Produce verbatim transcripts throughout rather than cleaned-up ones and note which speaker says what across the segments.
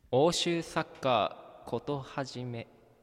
Speaker 1: 欧州サッカーことはじめ。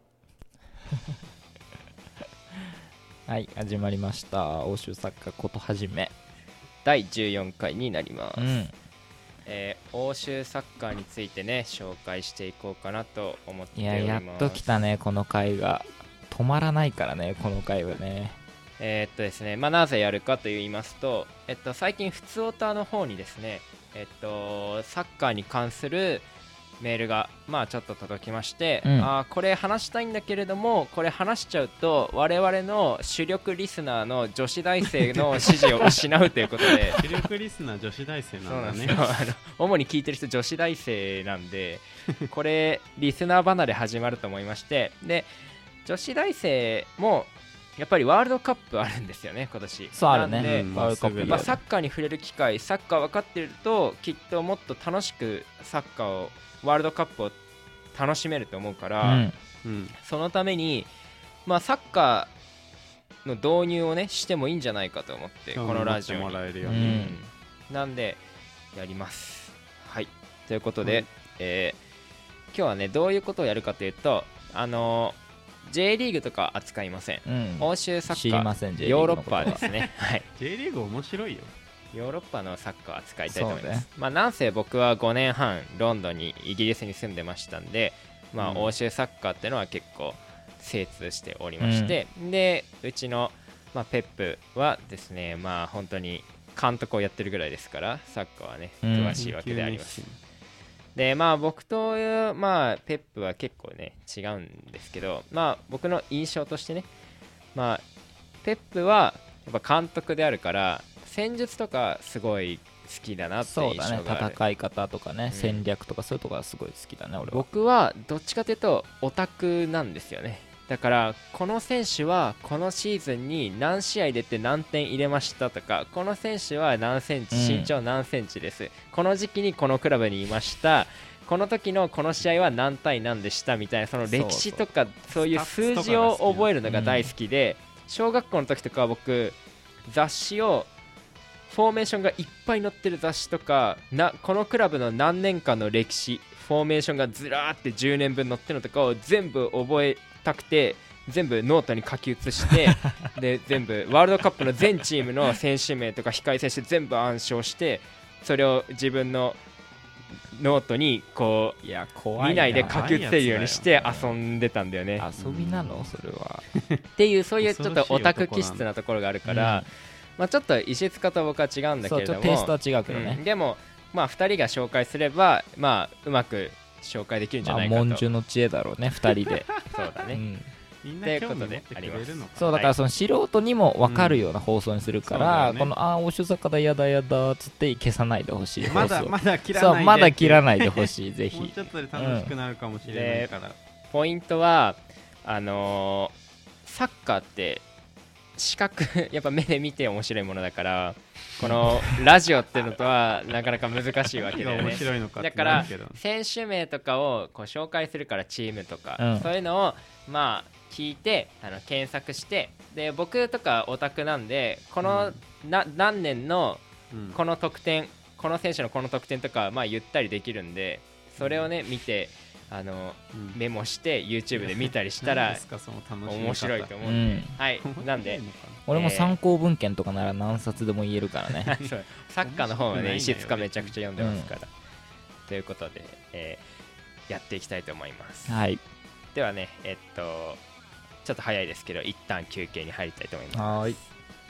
Speaker 2: はい、始まりました。欧州サッカーことはじめ
Speaker 1: だいじゅうよんかいになります、
Speaker 2: うん
Speaker 1: えー欧州サッカーについてね紹介していこうかなと思ってお
Speaker 2: い
Speaker 1: ります。
Speaker 2: ややっと来たね、この回が止まらないからね、この回はね。
Speaker 1: えーっとですねまあなぜやるかと言いますと、えっと、最近ふつおたの方にですねえっとサッカーに関するメールがまあちょっと届きまして、
Speaker 2: うん
Speaker 1: あーこれ話したいんだけれどもこれ話しちゃうと我々の主力リスナーの女子大生の支持を失うということで
Speaker 3: 主力リスナー女子大生
Speaker 1: そう
Speaker 3: なんだね。
Speaker 1: なんですよあの主に聞いてる人女子大生なんでこれリスナー離れ始まると思いまして、で女子大生もやっぱりワールドカップあるんですよね今年。
Speaker 2: そうあるね
Speaker 1: なんで、
Speaker 3: うん
Speaker 2: ワールドカップ
Speaker 3: まあ
Speaker 1: まあ、サッカーに触れる機会、サッカー分かってるときっともっと楽しくサッカーをワールドカップを楽しめると思うか
Speaker 2: う
Speaker 1: ら、
Speaker 2: ん
Speaker 3: うん
Speaker 1: そのために、まあ、サッカーの導入をねしてもいいんじゃないかと思ってこのラジオに
Speaker 3: 興味持ってもらえるよ
Speaker 2: う
Speaker 3: ね。
Speaker 1: うんなんでやります。はいということで、
Speaker 3: はい
Speaker 1: えー今日はねどういうことをやるかというと、あのー J リーグとか扱いません。
Speaker 2: うん
Speaker 1: 欧州サ
Speaker 2: 知
Speaker 1: ッカー
Speaker 2: りません J リー
Speaker 1: ヨーロッ
Speaker 2: グのことは
Speaker 1: パですねはい
Speaker 3: J リーグ面白いよ。
Speaker 1: ヨーロッパのサッカーを扱いたいと思います、
Speaker 2: そうね
Speaker 1: まあなんせ僕はごねんはんロンドンにイギリスに住んでましたんで、まあ
Speaker 3: うん
Speaker 1: 欧州サッカーってのは結構精通しておりまして、でうちの、まあ、ペップはですねまあ本当に監督をやってるぐらいですからサッカーはね
Speaker 2: うん
Speaker 1: 詳しいわけであります、でまあ僕と、まあ、ペップは結構ね違うんですけど、まあ僕の印象としてね、まあペップはやっぱ監督であるから戦術とかすごい好きだなって
Speaker 2: そうだね、
Speaker 1: 印象がある。
Speaker 2: 戦い方とかね、
Speaker 1: うん
Speaker 2: 戦略とかそういうところがすごい好きだね俺は。
Speaker 1: 僕はどっちかというとオタクなんですよね。だからこの選手はこのシーズンに何試合出て何点入れましたとか、この選手は何センチ、
Speaker 2: うん
Speaker 1: 身長何センチです、この時期にこのクラブにいました、この時のこの試合は何対何でしたみたいな、その歴史とかそういう数字を覚えるのが大好きで、小学校の時とかは僕雑誌をフォーメーションがいっぱい載ってる雑誌とかな、このクラブの何年間の歴史フォーメーションがずらーってじゅうねんぶん載ってるのとかを全部覚えたくて全部ノートに書き写してで全部ワールドカップの全チームの選手名とか控え選手全部暗唱して、それを自分のノートにこ
Speaker 2: いや
Speaker 1: う
Speaker 2: 怖い
Speaker 1: 見ないで書き写せるようにして
Speaker 2: 怖いやつだよ
Speaker 1: 遊んでたんだよね。
Speaker 2: 遊びなのそれは。
Speaker 1: っていうそういうちょっとオタク気質なところがあるから、まあ、ちょっと石塚と僕は違うんだけ
Speaker 2: そう
Speaker 1: れども、
Speaker 2: ちょっとテイストは違うけどね
Speaker 1: うん、でもまあふたりが紹介すればまあうまく紹介できるんじゃ
Speaker 2: まあ
Speaker 1: ないかと、
Speaker 2: 文殊の知恵だろうねふたりで
Speaker 1: そうだね、
Speaker 2: うん
Speaker 3: みんな興味持ってくれるのか。
Speaker 2: そうだからその素人にも分かるような放送にするから、
Speaker 3: うんそうだよね
Speaker 2: このあー欧州サッカーだやだやだっつって消さないでほしい
Speaker 3: まだ
Speaker 2: 放送
Speaker 3: まだ切らないで。
Speaker 2: そうまだ切らないでほしいぜひ
Speaker 3: もうちょっとで楽しくなるかもしれないから。
Speaker 1: ポイントはあのーサッカーって視覚やっぱ目で見て面白いものだからこのラジオっていうのとはなかなか難しいわけだよね。
Speaker 3: 何が面白いのかって
Speaker 1: だから
Speaker 3: なるけど。
Speaker 1: 選手名とかをこう紹介するからチームとか、
Speaker 2: うん
Speaker 1: そういうのをまあ聞いてあの検索して、で僕とかオタクなんでこの、な何年の
Speaker 3: うん
Speaker 1: この得点この選手のこの得点とかまあ言ったりできるんで、それをね見てあの
Speaker 3: うん
Speaker 1: メモして YouTube で見たりしたら
Speaker 3: 何ですかその楽しみ方
Speaker 1: 面白いと思
Speaker 2: う
Speaker 1: うんで、
Speaker 2: ん
Speaker 1: はいなんで
Speaker 2: 俺も参考文献とかなら何冊でも言えるからね
Speaker 1: そうサッカーの方はね
Speaker 3: 面白くないんだよ
Speaker 1: 石塚めちゃくちゃ読んでますから、ということで、えーやっていきたいと思います。
Speaker 2: はい
Speaker 1: ではねえっとちょっと早いですけど一旦休憩に入りたいと思います。
Speaker 2: はーい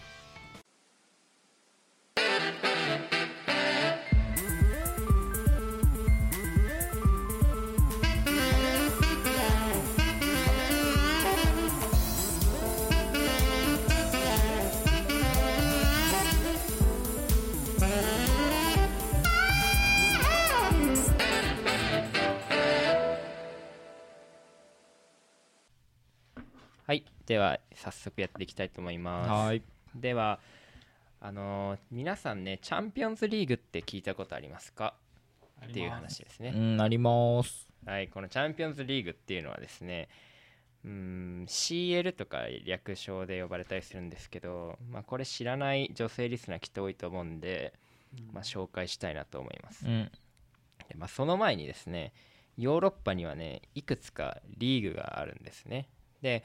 Speaker 1: はいでは早速やっていきたいと思います。
Speaker 2: はーい
Speaker 1: ではあのー皆さんねチャンピオンズリーグって聞いたことありますかっていう話ですね。
Speaker 2: うんあります
Speaker 1: はい、このチャンピオンズリーグっていうのはですね、うーん シーエル とか略称で呼ばれたりするんですけど、まあ、これ知らない女性リスナーきっと多いと思うんで、まあ、紹介したいなと思います。
Speaker 2: うん
Speaker 1: でまあ、その前にですね、 ヨーロッパにはねいくつかリーグがあるんですね。で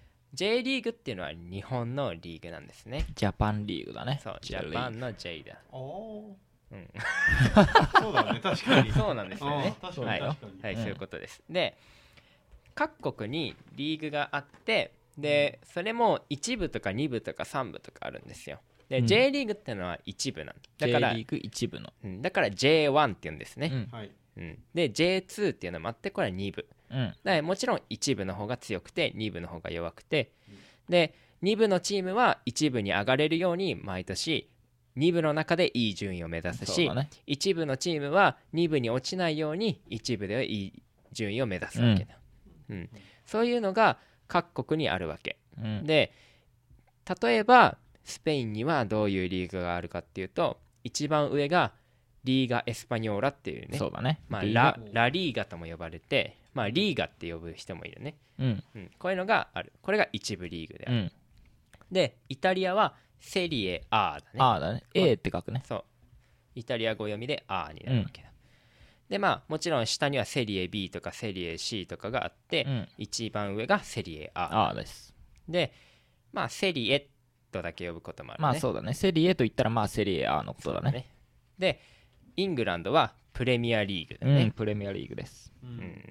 Speaker 1: J リーグっていうのは日本のリーグなんですね。
Speaker 2: ジャパンリーグだね。
Speaker 1: そうジャパンの J だ。
Speaker 3: おお
Speaker 1: うん、
Speaker 3: そうだね確かに
Speaker 1: そうなんですよね。
Speaker 3: 確かに
Speaker 1: はい、
Speaker 3: 確かに、
Speaker 1: はい、
Speaker 2: うん
Speaker 1: そういうことです。で各国にリーグがあってでそれもいち部とかに部とかさん部とかあるんですよ。で、
Speaker 2: うん、
Speaker 1: J リーグっていうのはいち部なんだから
Speaker 2: J リーグ一部の、
Speaker 1: うん、だから ジェイワン って言うんですね。
Speaker 2: うん
Speaker 3: はい
Speaker 1: うん、で ジェイツー っていうのもあってこれはに部
Speaker 2: うん、
Speaker 1: だからもちろんいち部の方が強くてに部の方が弱くて、でに部のチームはいち部に上がれるように毎年に部の中でいい順位を目指すし、
Speaker 2: ね、
Speaker 1: いち部のチームはに部に落ちないようにいち部でいい順位を目指すわけだ、うんうん、そういうのが各国にあるわけ、
Speaker 2: うん、
Speaker 1: で例えばスペインにはどういうリーグがあるかっていうと一番上がリーガ・エスパニョーラっていうね、
Speaker 2: そうだね、
Speaker 1: まあ、ラ, ラリーガとも呼ばれて、まあ、リーガって呼ぶ人もいるね、
Speaker 2: うん
Speaker 1: うん、こういうのがある。これが一部リーグである、
Speaker 2: うん、
Speaker 1: でイタリアはセリエ A だね。
Speaker 2: あだね A って書くね。
Speaker 1: そうイタリア語読みで A になるわけだ、うん、でまあもちろん下にはセリエ B とかセリエ C とかがあって、うん、一番上がセリエ A
Speaker 2: です
Speaker 1: でまあセリエとだけ呼ぶこともあるね。
Speaker 2: まあそうだね、セリエと言ったらまあセリエ A のことだ ね, だね。
Speaker 1: でイングランドはプレミアリーグだね、
Speaker 2: うん、プレミアリーグです、
Speaker 1: うん、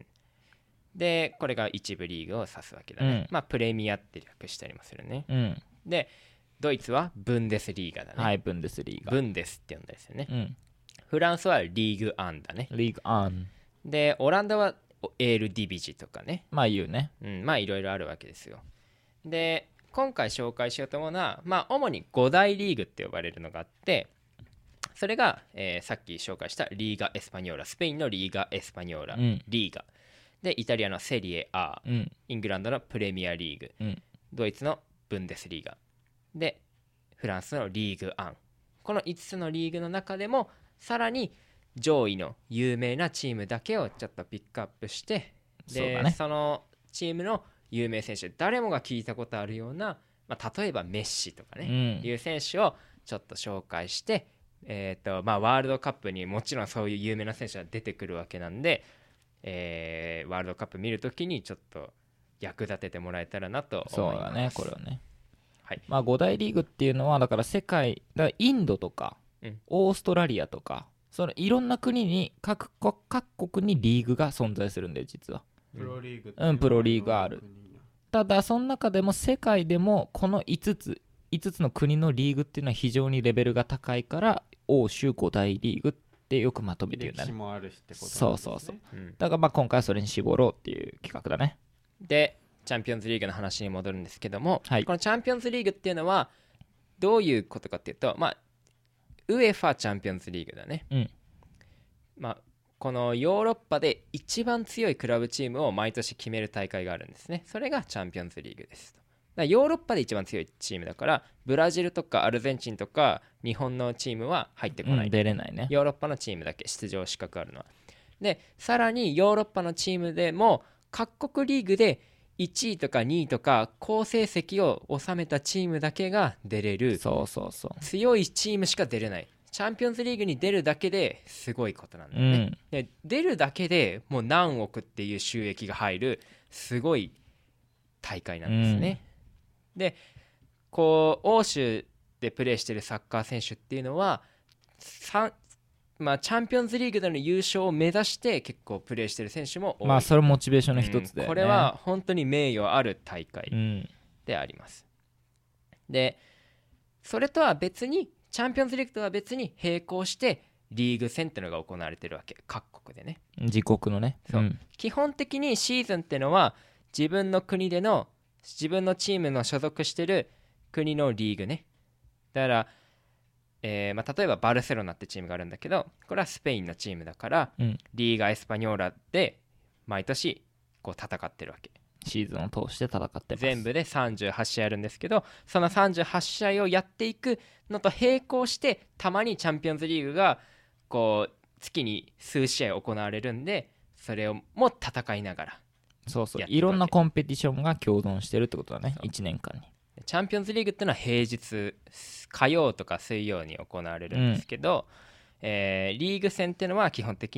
Speaker 1: でこれが一部リーグを指すわけだね、うん、まあプレミアって略したりもするね、うん、でドイツはブンデスリーガだね。
Speaker 2: はい、ブンデスリーガ。
Speaker 1: ブンデスって呼んだですよね、うん、フランスはリーグアンだね。
Speaker 2: リーグアン
Speaker 1: でオランダはエールディビジとかね、
Speaker 2: まあ言うね、
Speaker 1: うん、まあいろいろあるわけですよ。で今回紹介しようと思うのはまあ主にご大リーグって呼ばれるのがあってそれが、えー、さっき紹介したリーガ・エスパニョーラ、スペインのリーガ・エスパニョーラ、うん、リーガでイタリアのセリエ A、うん、イングランドのプレミアリーグ、うん、ドイツのブンデスリーガでフランスのリーグアン、このいつつのリーグの中でもさらに上位の有名なチームだけをちょっとピックアップしてで そ,、ね、そのチームの有名選手誰もが聞いたことあるような、まあ、例えばメッシとかね、うん、いう選手をちょっと紹介してえーとまあ、ワールドカップにもちろんそういう有名な選手が出てくるわけなんで、えー、ワールドカップ見るときにちょっと役立ててもらえたらなと思います。
Speaker 2: そうだね、これはね、
Speaker 1: はい、
Speaker 2: まあご大リーグっていうのはだから世界だインドとか、うん、オーストラリアとかそのいろんな国に 各, 各国にリーグが存在するんで実は
Speaker 3: プロリーグ
Speaker 2: うんプロリーグがある。ただその中でも世界でもこのいつついつつの国のリーグっていうのは非常にレベルが高いから欧州五大リーグってよくまとめて言うんだね。
Speaker 3: 歴史もあるしってことなんですね。
Speaker 2: そうそうそう、うん、だからまあ今回はそれに絞ろうっていう企画だね。
Speaker 1: でチャンピオンズリーグの話に戻るんですけども、
Speaker 2: はい、
Speaker 1: このチャンピオンズリーグっていうのはどういうことかっていうとまあウエファチャンピオンズリーグだね、うんまあ、このヨーロッパで一番強いクラブチームを毎年決める大会があるんですね。それがチャンピオンズリーグですと。だからヨーロッパで一番強いチームだからブラジルとかアルゼンチンとか日本のチームは入ってこない、
Speaker 2: うん、出れないね。
Speaker 1: ヨーロッパのチームだけ出場資格あるのは。でさらにヨーロッパのチームでも各国リーグでいちいとかにいとか好成績を収めたチームだけが出れる。
Speaker 2: そうそうそう、
Speaker 1: 強いチームしか出れない。チャンピオンズリーグに出るだけですごいことなんだよね、うん、で出るだけでもう何億っていう収益が入るすごい大会なんですね、うん、でこう欧州でプレーしてるサッカー選手っていうのはまあ、チャンピオンズリーグでの優勝を目指して結構プレーしてる選手も多い。
Speaker 2: まあそれもモチベーションの一つで、ねうん、
Speaker 1: これは本当に名誉ある大会であります、うん、でそれとは別にチャンピオンズリーグとは別に並行してリーグ戦っていうのが行われてるわけ、各国でね、
Speaker 2: 自国のね、
Speaker 1: そう、うん、基本的にシーズンっていうのは自分の国での自分のチームの所属してる国のリーグね。だからえーまあ、例えばバルセロナってチームがあるんだけどこれはスペインのチームだから、うん、リーガ・エスパニョーラで毎年こう戦ってるわけ。
Speaker 2: シーズンを通して戦ってます。
Speaker 1: 全部でさんじゅうはち試合あるんですけどそのさんじゅうはち試合をやっていくのと並行してたまにチャンピオンズリーグがこう月に数試合行われるんでそれをも戦いながら
Speaker 2: そうそういろんなコンペティションが共存してるってことだね。いちねんかんに
Speaker 1: チャンピオンズリーグっていうのは平日火曜とか水曜に行われるんですけど、うんえー、リーグ戦っていうのは基本的に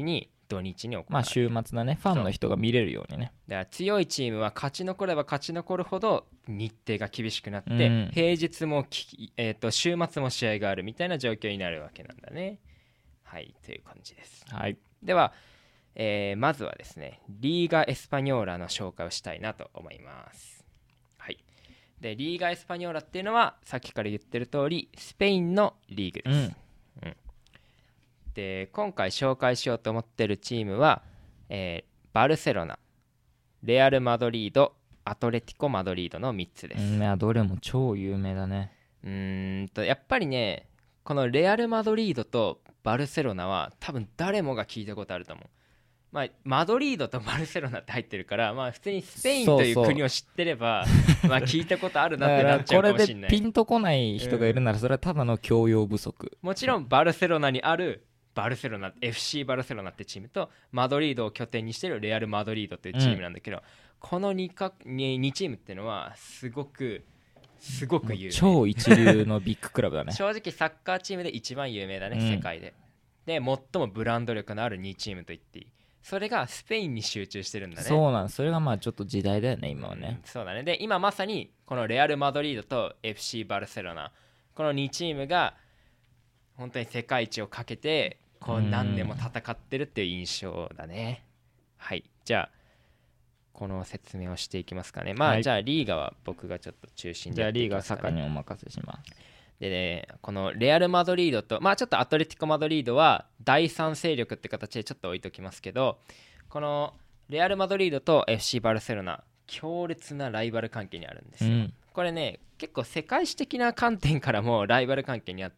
Speaker 1: 土日に行われる、
Speaker 2: まあ週末だね、ファンの人が見れるようにね。
Speaker 1: だから強いチームは勝ち残れば勝ち残るほど日程が厳しくなって、
Speaker 2: うん、
Speaker 1: 平日もき、えー、と週末も試合があるみたいな状況になるわけなんだね。はいという感じです。
Speaker 2: はい、
Speaker 1: では、えーまずはですねリーガエスパニョーラの紹介をしたいなと思います。はい、でリーガエスパニョーラっていうのはさっきから言ってる通りスペインのリーグです。うんうん、で今回紹介しようと思ってるチームは、えーバルセロナ、レアル・マドリード、アトレティコ・マドリードのみっつです。
Speaker 2: うん、いやどれも超有名だね。
Speaker 1: うーんとやっぱりねこのレアル・マドリードとバルセロナは多分誰もが聞いたことあると思う。まあ、マドリードとバルセロナって入ってるから、まあ、普通にスペインという国を知ってればまあ聞いたことあるなってなっちゃうかもしれない。
Speaker 2: これでピンとこない人がいるならそれはただの教養不足、
Speaker 1: もちろんバルセロナにあるバルセロナ エフシー バルセロナってチームとマドリードを拠点にしているレアル・マドリードっていうチームなんだけど、うん、この 2, か 2, 2チームっていうのはすごくすごく有名、
Speaker 2: 超一流のビッグクラブだね
Speaker 1: 正直サッカーチームで一番有名だね、うん、世界でで最もブランド力のあるにチームと言っていい。それがスペインに集中してるんだね。
Speaker 2: そうなん、それがまあちょっと時代だよね今はね、
Speaker 1: うん、そうだね。で今まさにこのレアル・マドリードと エフシー バルセロナこのにチームが本当に世界一をかけてこう何年も戦ってるっていう印象だね。はい、じゃあこの説明をしていきますかね。まあ、はい、じゃあリーガは僕がちょっと中心でやっていきますかね。
Speaker 2: じゃあリーガ坂にお任せします。
Speaker 1: でね、このレアル・マドリードとまあちょっとアトレティコ・マドリードは第三勢力って形でちょっと置いときますけど、このレアル・マドリードと エフシー バルセロナ強烈なライバル関係にあるんですよ、うん、これね結構世界史的な観点からもライバル関係にあって、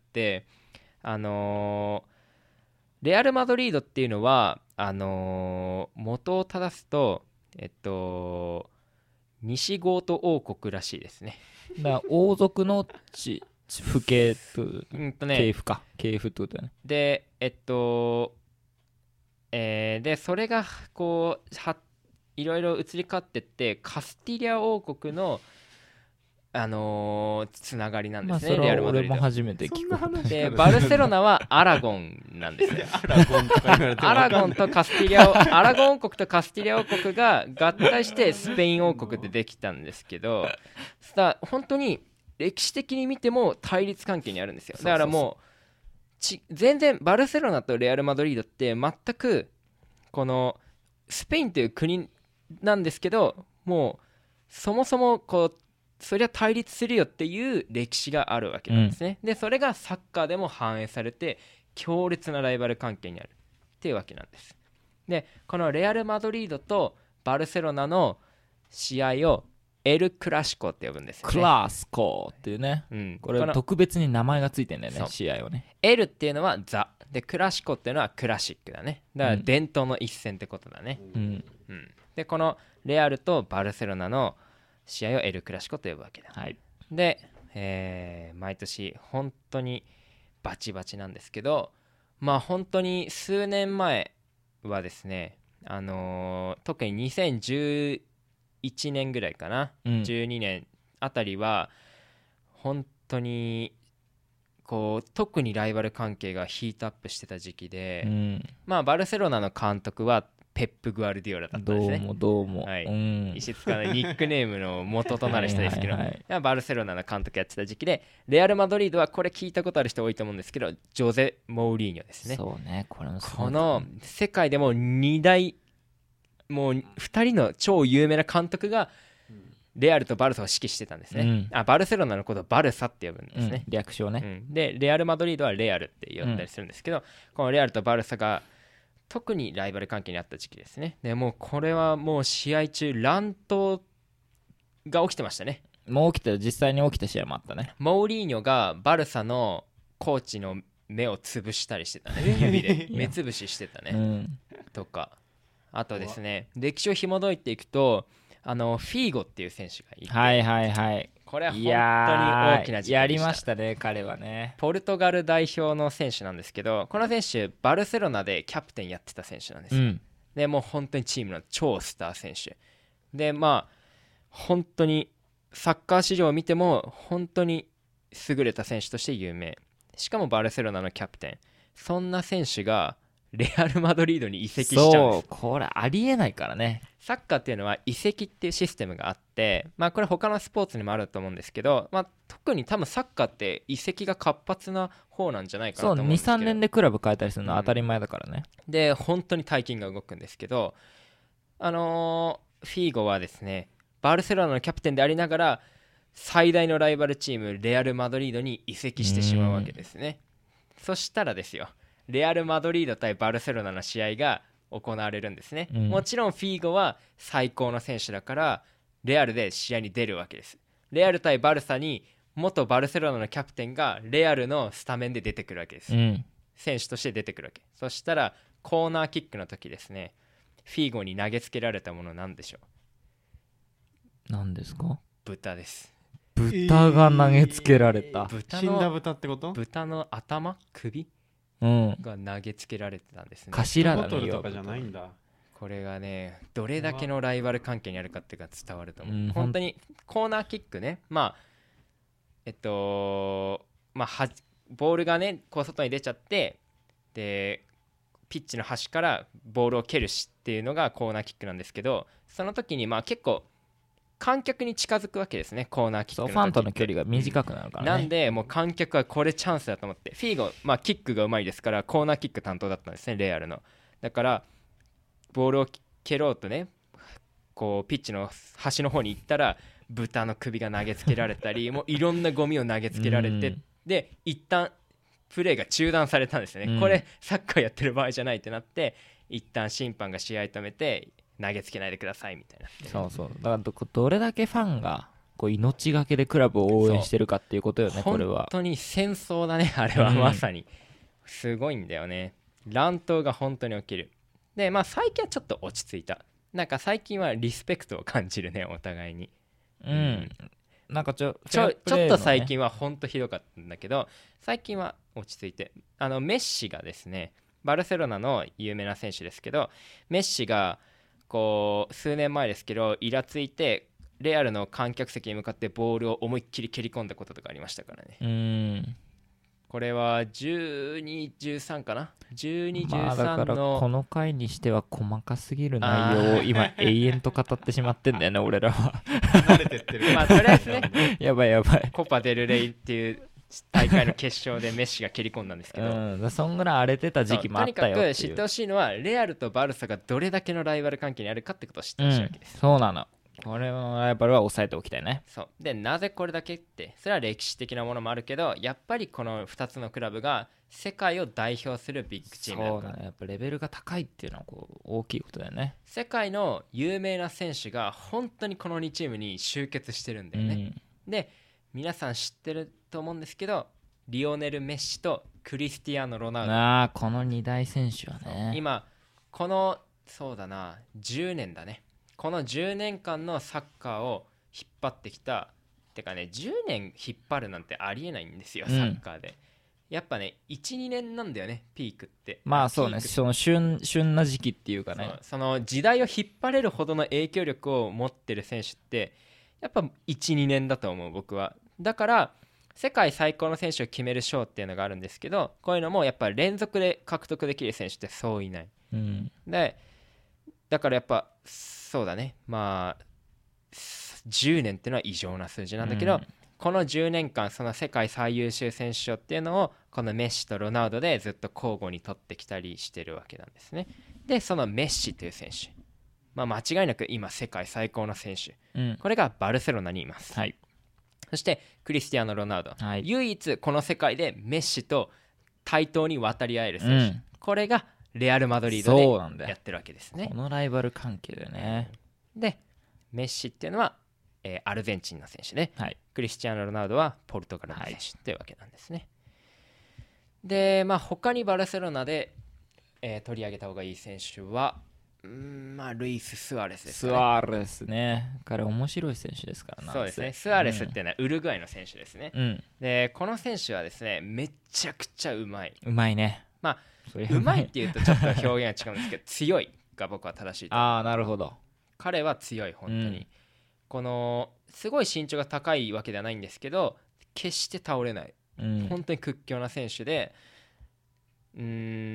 Speaker 1: あのーレアル・マドリードっていうのはあのー、元を正すとえっと西ゴート王国らしいですね。
Speaker 2: だから王族の地府系と、
Speaker 1: うんとね、
Speaker 2: 系譜か系譜ってことだね。
Speaker 1: でえっと、えー、でそれがこうはいろいろ移り変わってってカスティリア王国のあのー、つながりなんですね、
Speaker 2: まあ、
Speaker 1: レアル・マドリード。
Speaker 2: 俺も初めて聞く。
Speaker 1: でバルセロナはアラゴンなんですよ。
Speaker 3: アラゴンとか言われても
Speaker 1: アラゴンとカスティリアアラゴン王国とカスティリア王国が合体してスペイン王国でできたんですけど、さ本当に歴史的に見ても対立関係にあるんですよ。だからもうち全然バルセロナとレアル・マドリードって全くこのスペインという国なんですけど、もうそもそもこうそりゃ対立するよっていう歴史があるわけなんですね、うん、でそれがサッカーでも反映されて強烈なライバル関係にあるっていうわけなんです。でこのレアル・マドリードとバルセロナの試合をエル・クラシコって呼ぶんですよね。
Speaker 2: クラスコっていうね、うん、これ特別に名前がついてるんだよね、試合をね。
Speaker 1: L っていうのはザでクラシコっていうのはクラシックだね。だから伝統の一戦ってことだね、
Speaker 2: うん
Speaker 1: うん、でこのレアルとバルセロナの試合をエル・クラシコと呼ぶわけだ、
Speaker 2: はい、
Speaker 1: で、えー、毎年本当にバチバチなんですけど、まあ本当に数年前はですね、あのー、特ににせんじゅういちねんぐらいかな、うん、じゅうにねんあたりは本当にこう特にライバル関係がヒートアップしてた時期で、
Speaker 2: うん、
Speaker 1: まあバルセロナの監督はペップ・グアルディオラだったんですね。
Speaker 2: どうもどうも、
Speaker 1: はい、
Speaker 2: うん、
Speaker 1: 石塚のニックネームの元となる人ですけど
Speaker 2: はいはい、はい、
Speaker 1: バルセロナの監督やってた時期で、レアル・マドリードはこれ聞いたことある人多いと思うんですけど、ジョゼ・モーリーニョですね。
Speaker 2: そうね、これもそうだね。
Speaker 1: この世界でもに大もうふたりの超有名な監督がレアルとバルサを指揮してたんですね、うん、あバルセロナのことをバルサって呼ぶんですね、
Speaker 2: うん、略称ね、
Speaker 1: うん、でレアル・マドリードはレアルって呼んだりするんですけど、うん、このレアルとバルサが特にライバル関係にあった時期ですね。でもうこれはもう試合中乱闘が起きてましたね。
Speaker 2: もう起きて実際に起きた試合もあったね。
Speaker 1: モーリーニョがバルサのコーチの目を潰したりしてたね、指で目つぶししてたね、
Speaker 2: うん、
Speaker 1: とか、あとですね、歴史を紐解いていくと、あのフィーゴっていう選手がいて、
Speaker 2: はいはいはい、
Speaker 1: これは本当に大きな事件でした。
Speaker 2: やりましたね彼はね。
Speaker 1: ポルトガル代表の選手なんですけど、この選手バルセロナでキャプテンやってた選手なんですよ、うん、でもう本当にチームの超スター選手で、まあ本当にサッカー史上を見ても本当に優れた選手として有名。しかもバルセロナのキャプテン、そんな選手がレアル・マドリードに移籍しちゃうんです。
Speaker 2: そうこれありえないからね。
Speaker 1: サッカーっていうのは移籍っていうシステムがあって、まあこれ他のスポーツにもあると思うんですけど、まあ特に多分サッカーって移籍が活発な方なんじゃないかなと
Speaker 2: そう
Speaker 1: 思うんですけど、
Speaker 2: にさんねんでクラブ変えたりするのは当たり前だからね、
Speaker 1: で本当に大金が動くんですけど、あのーフィーゴはですねバルセロナのキャプテンでありながら最大のライバルチームレアル・マドリードに移籍してしまうわけですね。そしたらですよ、レアル・マドリード対バルセロナの試合が行われるんですね、
Speaker 2: うん
Speaker 1: もちろんフィーゴは最高の選手だからレアルで試合に出るわけです。レアル対バルサに元バルセロナのキャプテンがレアルのスタメンで出てくるわけです、
Speaker 2: うん
Speaker 1: 選手として出てくるわけ。そしたらコーナーキックの時ですね、フィーゴに投げつけられたものなんでしょう。
Speaker 2: 何ですか？
Speaker 1: 豚です。
Speaker 2: 豚が投げつけられた、
Speaker 1: 豚
Speaker 3: 死んだ
Speaker 1: の
Speaker 3: 豚ってこと？
Speaker 1: 豚の頭首
Speaker 2: うん
Speaker 1: が投げつけられてたんですね。
Speaker 2: 頭だ
Speaker 3: ボト
Speaker 2: ね
Speaker 3: ルとかじゃないんだ。
Speaker 1: これがねどれだけのライバル関係にあるかっていうか伝わると思う、
Speaker 2: うん
Speaker 1: 本当にコーナーキックね、まあえっとまあはボールがねこう外に出ちゃって、でピッチの端からボールを蹴るしっていうのがコーナーキックなんですけど、その時にまあ結構観客に近づくわけですね、コーナーキックの時って。
Speaker 2: そうファンとの距離が短くなるからね。
Speaker 1: なんでもう観客はこれチャンスだと思って、フィーゴ、まあ、キックがうまいですからコーナーキック担当だったんですね、レアルの。だからボールを蹴ろうとねこうピッチの端の方に行ったら豚の首が投げつけられたりもういろんなゴミを投げつけられて、
Speaker 2: うん
Speaker 1: で一旦プレーが中断されたんですね、
Speaker 2: うん
Speaker 1: これサッカーやってる場合じゃないってなって、一旦審判が試合止めて投げつけないでくださいみたいな。
Speaker 2: そうそうだから ど, どれだけファンがこう命がけでクラブを応援してるかっていうことよね、これ
Speaker 1: 本
Speaker 2: は。
Speaker 1: 当に戦争だねあれは、
Speaker 2: うん
Speaker 1: まさにすごいんだよね。乱闘が本当に起きる。でまあ最近はちょっと落ち着いた。なんか最近はリスペクトを感じるねお互いに。
Speaker 2: うんなんかちょ
Speaker 1: ちょ
Speaker 2: フェアプレーのね
Speaker 1: ちょっと最近は本当ひどかったんだけど、最近は落ち着いて、あのメッシがですねバルセロナの有名な選手ですけど、メッシがこう数年前ですけどイラついてレアルの観客席に向かってボールを思いっきり蹴り込んだこととかありましたからね。
Speaker 2: うん
Speaker 1: これはじゅうに、じゅうさんかな、じゅうに、
Speaker 2: まあだ
Speaker 1: じゅうさん
Speaker 2: からこ
Speaker 1: の
Speaker 2: の回にしては細かすぎる内容を今永遠と語ってしまってんだよね俺らは。
Speaker 3: 慣れてってる。
Speaker 1: まあとりあえずね
Speaker 2: やばいやばい。
Speaker 1: コパデルレイっていう大会の決勝でメッシが蹴り込んだんですけ
Speaker 2: う
Speaker 1: ど、
Speaker 2: んそんぐらい荒れてた時期もあったよっていう。
Speaker 1: とにかく知ってほしいのはレアルとバルサがどれだけのライバル関係にあるかってことを知って
Speaker 2: うん
Speaker 1: ほしいわけです、
Speaker 2: そうなの。これのライバルは抑えておきたいね。
Speaker 1: そうでなぜこれだけって、それは歴史的なものもあるけど、やっぱりこのふたつのクラブが世界を代表するビッグチームだから。
Speaker 2: そうだねやっぱレベルが高いっていうのはこう大きいことだよね。
Speaker 1: 世界の有名な選手が本当にこのにチームに集結してるんだよね、で皆さん知ってると思うんですけど、リオネル・メッシとクリスティアーノ・ロナウド、
Speaker 2: ああこのに大選手はね
Speaker 1: 今このそうだなじゅうねんだね、このじゅうねんかんのサッカーを引っ張ってきたてかね、じゅうねん引っ張るなんてありえないんですよ、
Speaker 2: うん
Speaker 1: サッカーで。やっぱね いちにねんなんだよねピークって。
Speaker 2: まあそうね
Speaker 1: ピーク
Speaker 2: その旬旬な時期っていうかね。
Speaker 1: そうその時代を引っ張れるほどの影響力を持ってる選手ってやっぱいちにねんだと思う僕は。だから世界最高の選手を決める賞っていうのがあるんですけど、こういうのもやっぱ連続で獲得できる選手ってそういない。
Speaker 2: うん
Speaker 1: でだからやっぱそうだね、まあじゅうねんっていうのは異常な数字なんだけど、
Speaker 2: うん
Speaker 1: このじゅうねんかんその世界最優秀選手賞っていうのをこのメッシとロナウドでずっと交互に取ってきたりしてるわけなんですね。でそのメッシという選手、まあ、間違いなく今世界最高の選手、
Speaker 2: うん
Speaker 1: これがバルセロナにいます。
Speaker 2: はい
Speaker 1: そしてクリスティアーノ・ロナウド、
Speaker 2: はい
Speaker 1: 唯一この世界でメッシと対等に渡り合える選手、
Speaker 2: うん
Speaker 1: これがレアル・マドリー
Speaker 2: そうなんだよ
Speaker 1: ドでやってるわけですね。
Speaker 2: このライバル関係だよね。
Speaker 1: でメッシっていうのは、えーアルゼンチンの選手で、
Speaker 2: はい
Speaker 1: クリスチアーノ・ロナウドはポルトガルの選手というわけなんですね。でまあ他にバルセロナで、えー取り上げた方がいい選手はうーんまあルイス・スアレスですかね。
Speaker 2: スアレスね彼面白い選手ですからな。
Speaker 1: そうですね、スアレスっていうのはウルグアイの選手ですね。
Speaker 2: うん
Speaker 1: でこの選手はですねめちゃくちゃうまい。
Speaker 2: うまいね。
Speaker 1: まあ
Speaker 2: それ
Speaker 1: うまいっていうとちょっと表現が違うんですけど強いが僕は正しいと思う。
Speaker 2: ああなるほど。
Speaker 1: 彼は強い本当に、
Speaker 2: うん
Speaker 1: このすごい身長が高いわけではないんですけど決して倒れない、
Speaker 2: うん
Speaker 1: 本当に屈強な選手で、うーん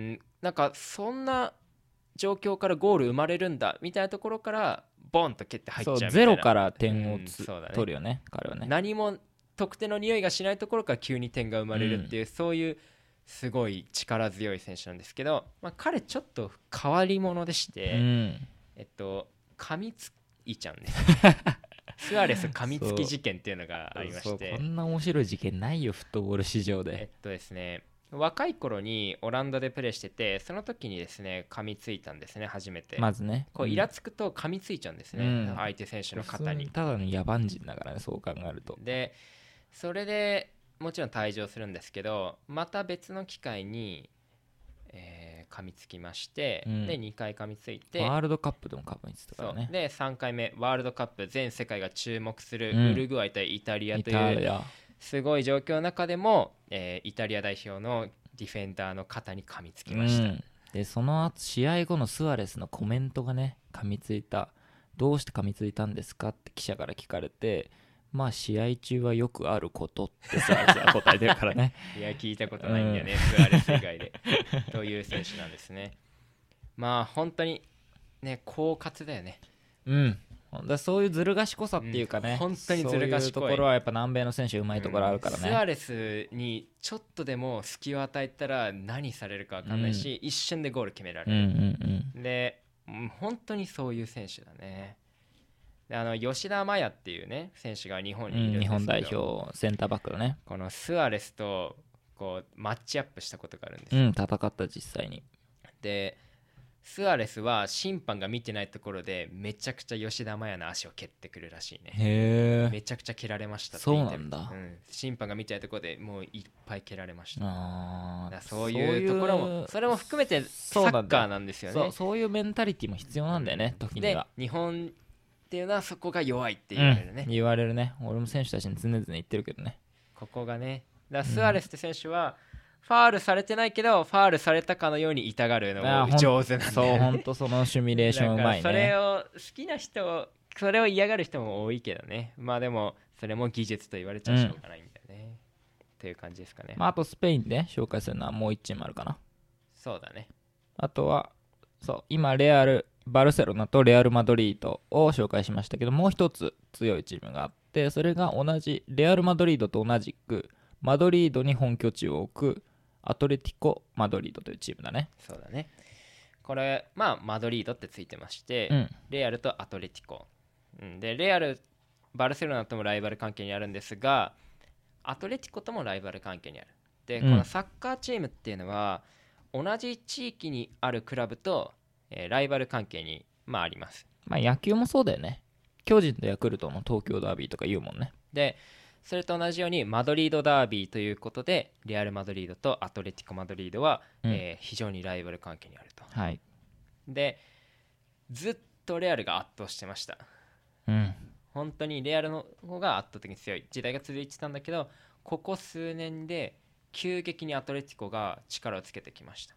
Speaker 1: なんかそんな状況からゴール生まれるんだみたいなところからボンと蹴って入っちゃうみたいな。
Speaker 2: そうゼロから点をつ、
Speaker 1: うんそうだね、
Speaker 2: 取るよね彼はね。
Speaker 1: 何も得点の匂いがしないところから急に点が生まれるっていう、うん、そういうすごい力強い選手なんですけど、まあ、彼ちょっと変わり者でして、うん、えっと噛みついちゃうんですスアレス噛みつき事件っていうのがありまして、
Speaker 2: こんな面白い事件ないよフットボール史上で。
Speaker 1: えっとですね若い頃にオランダでプレーしてて、その時にですね噛みついたんですね初めて。
Speaker 2: まずね
Speaker 1: こうイラつくと噛みついちゃうんですね、うん、相手選手の肩に。
Speaker 2: ただの野蛮人だからねそう考えると。
Speaker 1: でそれでもちろん退場するんですけど、また別の機会に、えー、噛みつきまして、うん、でにかい噛みついて
Speaker 2: ワールドカップでも噛みついたからね。
Speaker 1: でさんかいめワールドカップ全世界が注目するウルグアイ対イタリアという、うん、すごい状況の中でも、えー、イタリア代表のディフェンダーの肩に噛みつきました、うん、
Speaker 2: でその後試合後のスアレスのコメントがね、噛みついたどうして噛みついたんですかって記者から聞かれて、まあ試合中はよくあることってスアレスは答えてるからね
Speaker 1: いや聞いたことないんだよね、うん、スアレス以外でという選手なんですね。まあ本当にね狡猾だよね。
Speaker 2: うんだそういうずる賢さっていうかね、うん、
Speaker 1: 本当にずる賢い。
Speaker 2: そういうところはやっぱ南米の選手うまいところあるからね、うん、
Speaker 1: スアレスにちょっとでも隙を与えたら何されるか分かんないし、うん、一瞬でゴール決められる、うんうんうん、で本当にそういう選手だね。であの吉田麻也っていうね選手が日本にいるんですけど、うん、
Speaker 2: 日本代表センターバックのね、
Speaker 1: このスアレスとこうマッチアップしたことがあるんですよ、
Speaker 2: うん、戦った実際に。
Speaker 1: でスアレスは審判が見てないところでめちゃくちゃ吉田麻也の足を蹴ってくるらしいね。
Speaker 2: へー
Speaker 1: めちゃくちゃ蹴られましたって言ってる。
Speaker 2: そうなんだ、
Speaker 1: うん、審判が見てないところでもういっぱい蹴られました。
Speaker 2: あ
Speaker 1: だそういうところもそれも含めてサッカーなんですよね。
Speaker 2: そう、そういうメンタリティも必要なんだよね、うん、時には。
Speaker 1: で日本っていうのはそこが弱いって言われるね、
Speaker 2: うん、言われるね。俺も選手たちに常々言ってるけどね、
Speaker 1: ここがね。だからスアレスって選手は、うんファールされてないけどファールされたかのように痛がるのも上手なんだよね。
Speaker 2: そう本当そのシミュレーションうまいね。
Speaker 1: それを好きな人それを嫌がる人も多いけどね。まあでもそれも技術と言われちゃしょうがないんだよね、うん、っていう感じですかね。
Speaker 2: まあ、あとスペインで紹介するのはもういちチームあるかな。
Speaker 1: そうだね。
Speaker 2: あとはそう今レアルバルセロナとレアルマドリードを紹介しましたけど、もう一つ強いチームがあって、それが同じレアルマドリードと同じくマドリードに本拠地を置くアトレティコ・マドリードというチームだね。
Speaker 1: そうだね。これまあマドリードってついてまして、うん、レアルとアトレティコ、うん、でレアルバルセロナともライバル関係にあるんですが、アトレティコともライバル関係にある。でこのサッカーチームっていうのは、うん、同じ地域にあるクラブと、えー、ライバル関係に、まあ、あります。
Speaker 2: まあ野球もそうだよね。巨人とヤクルトの東京ダービーとか言うもんね。
Speaker 1: でそれと同じようにマドリードダービーということでレアルマドリードとアトレティコマドリードは、うんえー、非常にライバル関係にあると、
Speaker 2: はい、
Speaker 1: でずっとレアルが圧倒してました、
Speaker 2: うん、
Speaker 1: 本当にレアルの方が圧倒的に強い時代が続いてたんだけど、ここ数年で急激にアトレティコが力をつけてきました、
Speaker 2: うん、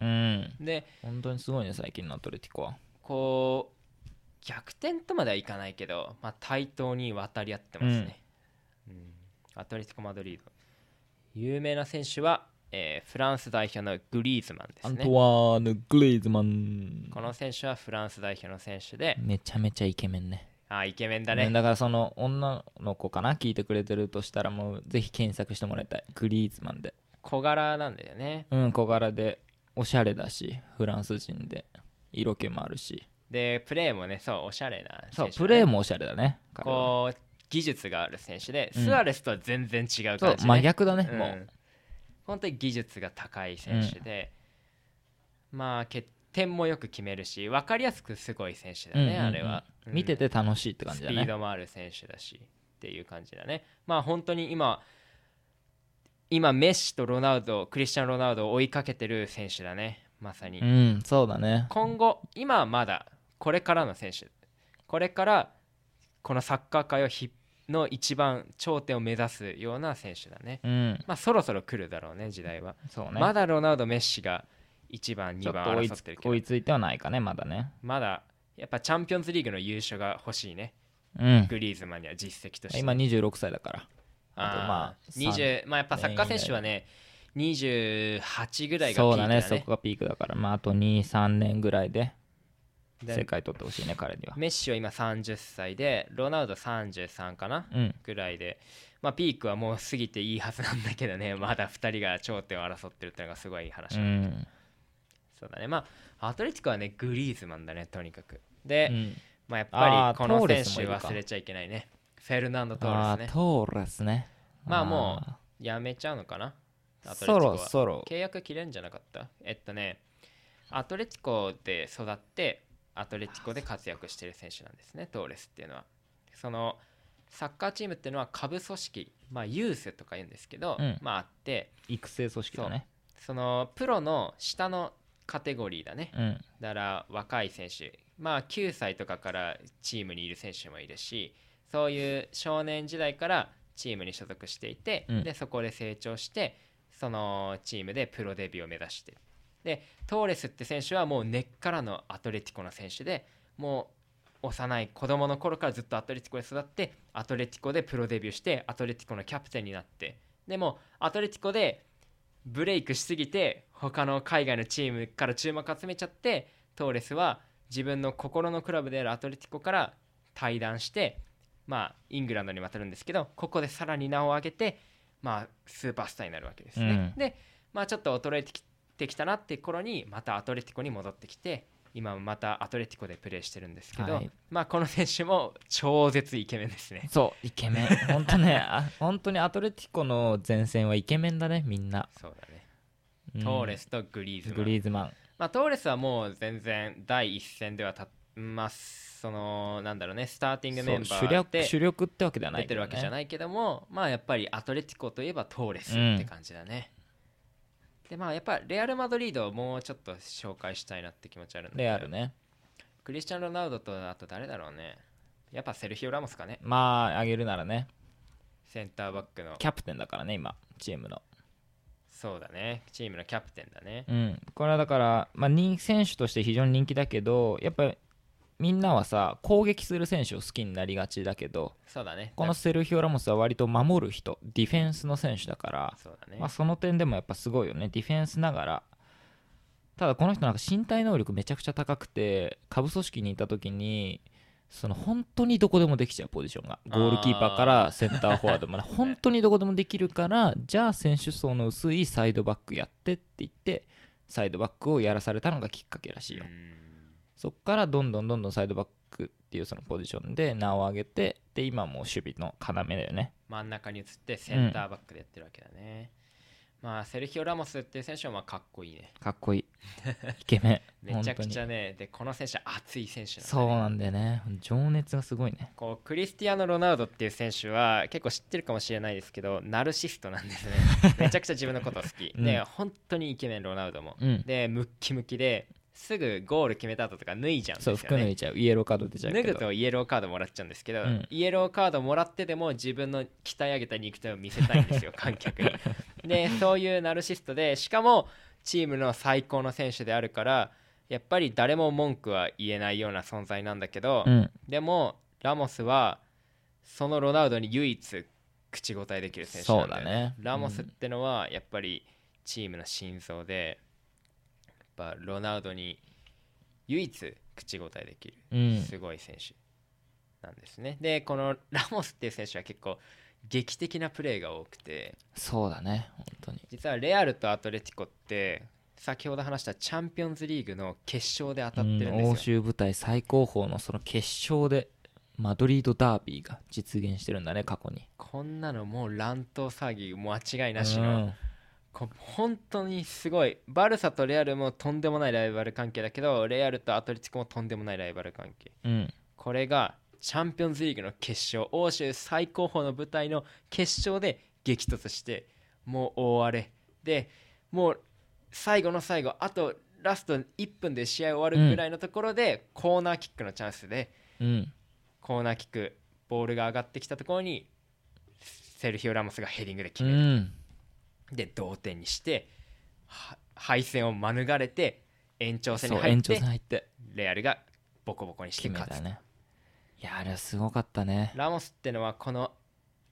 Speaker 1: で
Speaker 2: 本当にすごいね最近のアトレティコは。
Speaker 1: こう逆転とまではいかないけど、まあ、対等に渡り合ってますね、うんうんアトレティコ・マドリード有名な選手は、えー、フランス代表のグリーズマンですね。
Speaker 2: アントワーヌ・グリーズマン。
Speaker 1: この選手はフランス代表の選手で
Speaker 2: めちゃめちゃイケメンね。
Speaker 1: あイケメンだね。
Speaker 2: だからその女の子かな聞いてくれてるとしたらもうぜひ検索してもらいたい。グリーズマンで
Speaker 1: 小柄なんだよね。
Speaker 2: うん小柄でおしゃれだしフランス人で色気もあるし
Speaker 1: でプレーもねそうおしゃれな選手、ね、
Speaker 2: そうプレーもおしゃれだね。
Speaker 1: こう技術がある選手で、うん、スアレスとは全然違う感じ、ね、
Speaker 2: そう真逆だね、うん、もう
Speaker 1: 本当に技術が高い選手で、うん、まあ欠点もよく決めるし分かりやすくすごい選手だね、うんうんうん、あれは、
Speaker 2: うん、見てて楽しいって感じだね。
Speaker 1: スピードもある選手だしっていう感じだね。まあ本当に今今メッシとロナウドクリスチャン・ロナウドを追いかけてる選手だねまさに。
Speaker 2: うんそうだね。
Speaker 1: 今後今はまだこれからの選手、これからこのサッカー界をひの一番頂点を目指すような選手だね、
Speaker 2: うん
Speaker 1: まあ、そろそろ来るだろうね時代は。
Speaker 2: そうね、
Speaker 1: まだロナウドメッシがいちばんにばん争ってるけど
Speaker 2: 追いついてはないかねまだね。
Speaker 1: まだやっぱチャンピオンズリーグの優勝が欲しいね、
Speaker 2: うん、
Speaker 1: グリーズマンには実績として。
Speaker 2: 今にじゅうろくさいだから
Speaker 1: あとまあにじゅうまあやっぱサッカー選手はねにじゅうはちぐらいがピークだね。
Speaker 2: そうだね、そこがピークだから、まあ、あとにさんねんぐらいで
Speaker 1: で
Speaker 2: 世界取ってほしいね、彼には。
Speaker 1: メッシは今さんじゅっさいでロナウドさんじゅうさんかな、
Speaker 2: うん
Speaker 1: ぐらいで、まあ、ピークはもう過ぎていいはずなんだけどね、まだふたりが頂点を争ってるっていうのがすごいいい話
Speaker 2: う
Speaker 1: なんだけど、
Speaker 2: ん
Speaker 1: そうだね。まあアトレティコはねグリーズマンだね、とにかく。で、
Speaker 2: うん
Speaker 1: まあ、やっ
Speaker 2: あ
Speaker 1: ぱり
Speaker 2: ー
Speaker 1: この
Speaker 2: トーレ
Speaker 1: 選手
Speaker 2: スもいるか
Speaker 1: 忘れちゃいけないね、フェルナンド・ト
Speaker 2: あ
Speaker 1: ーレスね。
Speaker 2: ートーレスね。
Speaker 1: まあも
Speaker 2: あ
Speaker 1: うやめちゃうのかな、アトレティ
Speaker 2: そ
Speaker 1: コは
Speaker 2: ろそろ
Speaker 1: 契約切れるんじゃなかった？えっとねアトレティコで育ってアトレティコで活躍している選手なんですね、トーレスっていうのは。そのサッカーチームっていうのは下部組織、まあユースとか言うんですけど、
Speaker 2: うん
Speaker 1: まああって、
Speaker 2: 育成組織だね。
Speaker 1: そのプロの下のカテゴリーだね。
Speaker 2: うん
Speaker 1: だから若い選手、まあきゅうさいとかからチームにいる選手もいるし、そういう少年時代からチームに所属していて、
Speaker 2: うん
Speaker 1: でそこで成長してそのチームでプロデビューを目指して、でトーレスって選手はもう根っからのアトレティコの選手で、もう幼い子供の頃からずっとアトレティコで育って、アトレティコでプロデビューしてアトレティコのキャプテンになって、でもアトレティコでブレイクしすぎて他の海外のチームから注目を集めちゃって、トーレスは自分の心のクラブであるアトレティコから退団して、まあイングランドに渡るんですけど、ここでさらに名を上げて、まあスーパースターになるわけですね、
Speaker 2: うん
Speaker 1: でまあちょっと衰えてきてきたなって頃にまたアトレティコに戻ってきて、今またアトレティコでプレーしてるんですけど、
Speaker 2: はい
Speaker 1: まあこの選手も超絶イケメンですね。
Speaker 2: そうイケメン本当ねあ本当にアトレティコの前線はイケメンだね、みんな。
Speaker 1: そうだね、
Speaker 2: うん
Speaker 1: トーレスとグリーズマン。
Speaker 2: グリーズマン
Speaker 1: まあ、トーレスはもう全然第一線ではたますそのなんだろうね、スターティングメンバ
Speaker 2: そう主
Speaker 1: ーで
Speaker 2: 力主力ってわけではない
Speaker 1: 出てるわけじゃ
Speaker 2: い。
Speaker 1: ないけども、まあやっぱりアトレティコといえばトーレスって感じだね、でまあやっぱレアル・マドリードをもうちょっと紹介したいなって気持ちあるんだけど、
Speaker 2: レアルね。
Speaker 1: クリスチャン・ロナウドとあと誰だろうね、やっぱセルヒオ・ラモスかね、
Speaker 2: まああげるならね、
Speaker 1: センターバックの。
Speaker 2: キャプテンだからね今チームの。
Speaker 1: そうだね、チームのキャプテンだね。
Speaker 2: うんこれはだから、まあ、人気選手として非常に人気だけど、やっぱりみんなはさ攻撃する選手を好きになりがちだけど、
Speaker 1: そうだね、
Speaker 2: このセルヒオ・ラモスは割と守る人、ディフェンスの選手だから、
Speaker 1: そうだね、
Speaker 2: まあ、その点でもやっぱすごいよね、ディフェンスながら。ただこの人なんか身体能力めちゃくちゃ高くて、下部組織にいた時にその本当にどこでもできちゃうポジションが、ゴールキーパーからセンターフォワードまで本当にどこでもできるから、じゃあ選手層の薄いサイドバックやってって言ってサイドバックをやらされたのがきっかけらしいよ。
Speaker 1: うん
Speaker 2: そっからどんどんどんどんサイドバックっていうそのポジションで名を上げて、で今もう守備の要だよね。
Speaker 1: 真ん中に移ってセンターバックでやってるわけだね、まあセルヒオ・ラモスっていう選手はまあかっこいいね、
Speaker 2: かっこいいイケメン
Speaker 1: めちゃくち
Speaker 2: 本
Speaker 1: ゃね、でこの選手は熱い選手
Speaker 2: 当に
Speaker 1: なんだね。
Speaker 2: そうなんだよね、情熱がすごいね。
Speaker 1: こうクリスティアーノ・ロナウドっていう選手は結構知ってるかもしれないですけど、ナルシストなんですねめちゃくちゃ自分のこと好き、
Speaker 2: うん
Speaker 1: で本当にイケメンロナウドも、
Speaker 2: うん
Speaker 1: でムッキムキですぐゴール決めた後とか脱いじゃうんです
Speaker 2: そう
Speaker 1: よね。
Speaker 2: 服脱いちゃう、イエローカード出ちゃうけど。
Speaker 1: 脱ぐとイエローカードもらっちゃうんですけど、
Speaker 2: うん
Speaker 1: イエローカードもらってでも自分の鍛え上げた肉体を見せたいんですよ観客に。でそういうナルシストで、しかもチームの最高の選手であるから、やっぱり誰も文句は言えないような存在なんだけど、
Speaker 2: うん
Speaker 1: でもラモスはそのロナウドに唯一口答えできる選手なんだよね。
Speaker 2: そうだね
Speaker 1: ラモスってのはやっぱりチームの心臓で、やっぱロナウドに唯一口答えできる
Speaker 2: うん
Speaker 1: すごい選手なんですね。でこのラモスっていう選手は結構劇的なプレーが多くて、
Speaker 2: そうだね本当に。
Speaker 1: 実はレアルとアトレティコって先ほど話したチャンピオンズリーグの決勝で当たってるんですよ、
Speaker 2: うん欧州舞台最高峰のその決勝でマドリードダービーが実現してるんだね過去に。
Speaker 1: こんなのもう乱闘騒ぎ間違いなしの、
Speaker 2: うん
Speaker 1: こ本当にすごい。バルサとレアルもとんでもないライバル関係だけど、レアルとアトレティコもとんでもないライバル関係。
Speaker 2: うん
Speaker 1: これがチャンピオンズリーグの決勝、欧州最高峰の舞台の決勝で激突して、もう大荒れで、もう最後の最後、あとラストいっぷんで試合終わるぐらいのところで、コーナーキックのチャンスで、
Speaker 2: うん
Speaker 1: コーナーキックボールが上がってきたところにセルヒオ・ラモスがヘディングで決
Speaker 2: う
Speaker 1: める、
Speaker 2: ん
Speaker 1: で同点にしては敗戦を免れて延長戦に
Speaker 2: そう延長
Speaker 1: 入って
Speaker 2: 戦入って
Speaker 1: レアルがボコボコにして
Speaker 2: 決め
Speaker 1: 勝つ、
Speaker 2: たね。いやあれはすごかったね。
Speaker 1: ラモスってのはこの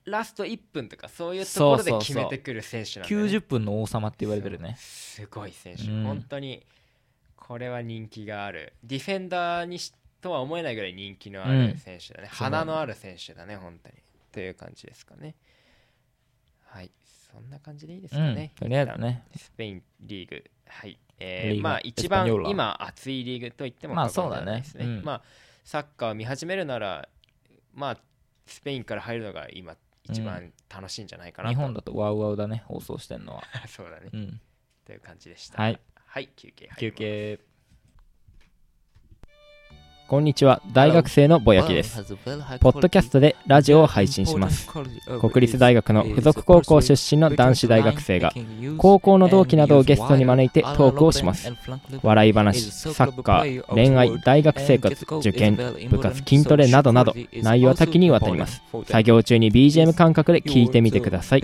Speaker 1: ラストいっぷんとかそういうところで決めてくる選手なんだよね。
Speaker 2: きゅうじゅっぷんの王様って言われてるね。
Speaker 1: すごい選手、
Speaker 2: うん、
Speaker 1: 本当にこれは人気がある。ディフェンダーにしとは思えないぐらい人気のある選手だね、うん、花のある選手だね本当にという感じですかね。はい、そんな感じでいいですかね、
Speaker 2: うん、とりあえずね
Speaker 1: スペインリーグ、はい、えー、まあ一番今熱いリーグと言っても過言ではないですね。まあ、ねうん、まあサッカーを見始めるならまあスペインから入るのが今一番楽しいんじゃないかなと、
Speaker 2: うん、日本だとワウワウだね放送してんのは
Speaker 1: そうだね、
Speaker 2: うん、
Speaker 1: という感じでした。
Speaker 2: はい、
Speaker 1: はい、休憩入ります。
Speaker 2: 休憩。
Speaker 1: こんにちは、大学生のぼやきです。ポッドキャストでラジオを配信します。国立大学の附属高校出身の男子大学生が高校の同期などをゲストに招いてトークをします。笑い話、サッカー、恋愛、大学生活、受験、部活、筋トレなどなど内容は多岐にわたります。作業中に ビージーエム 感覚で聞いてみてください。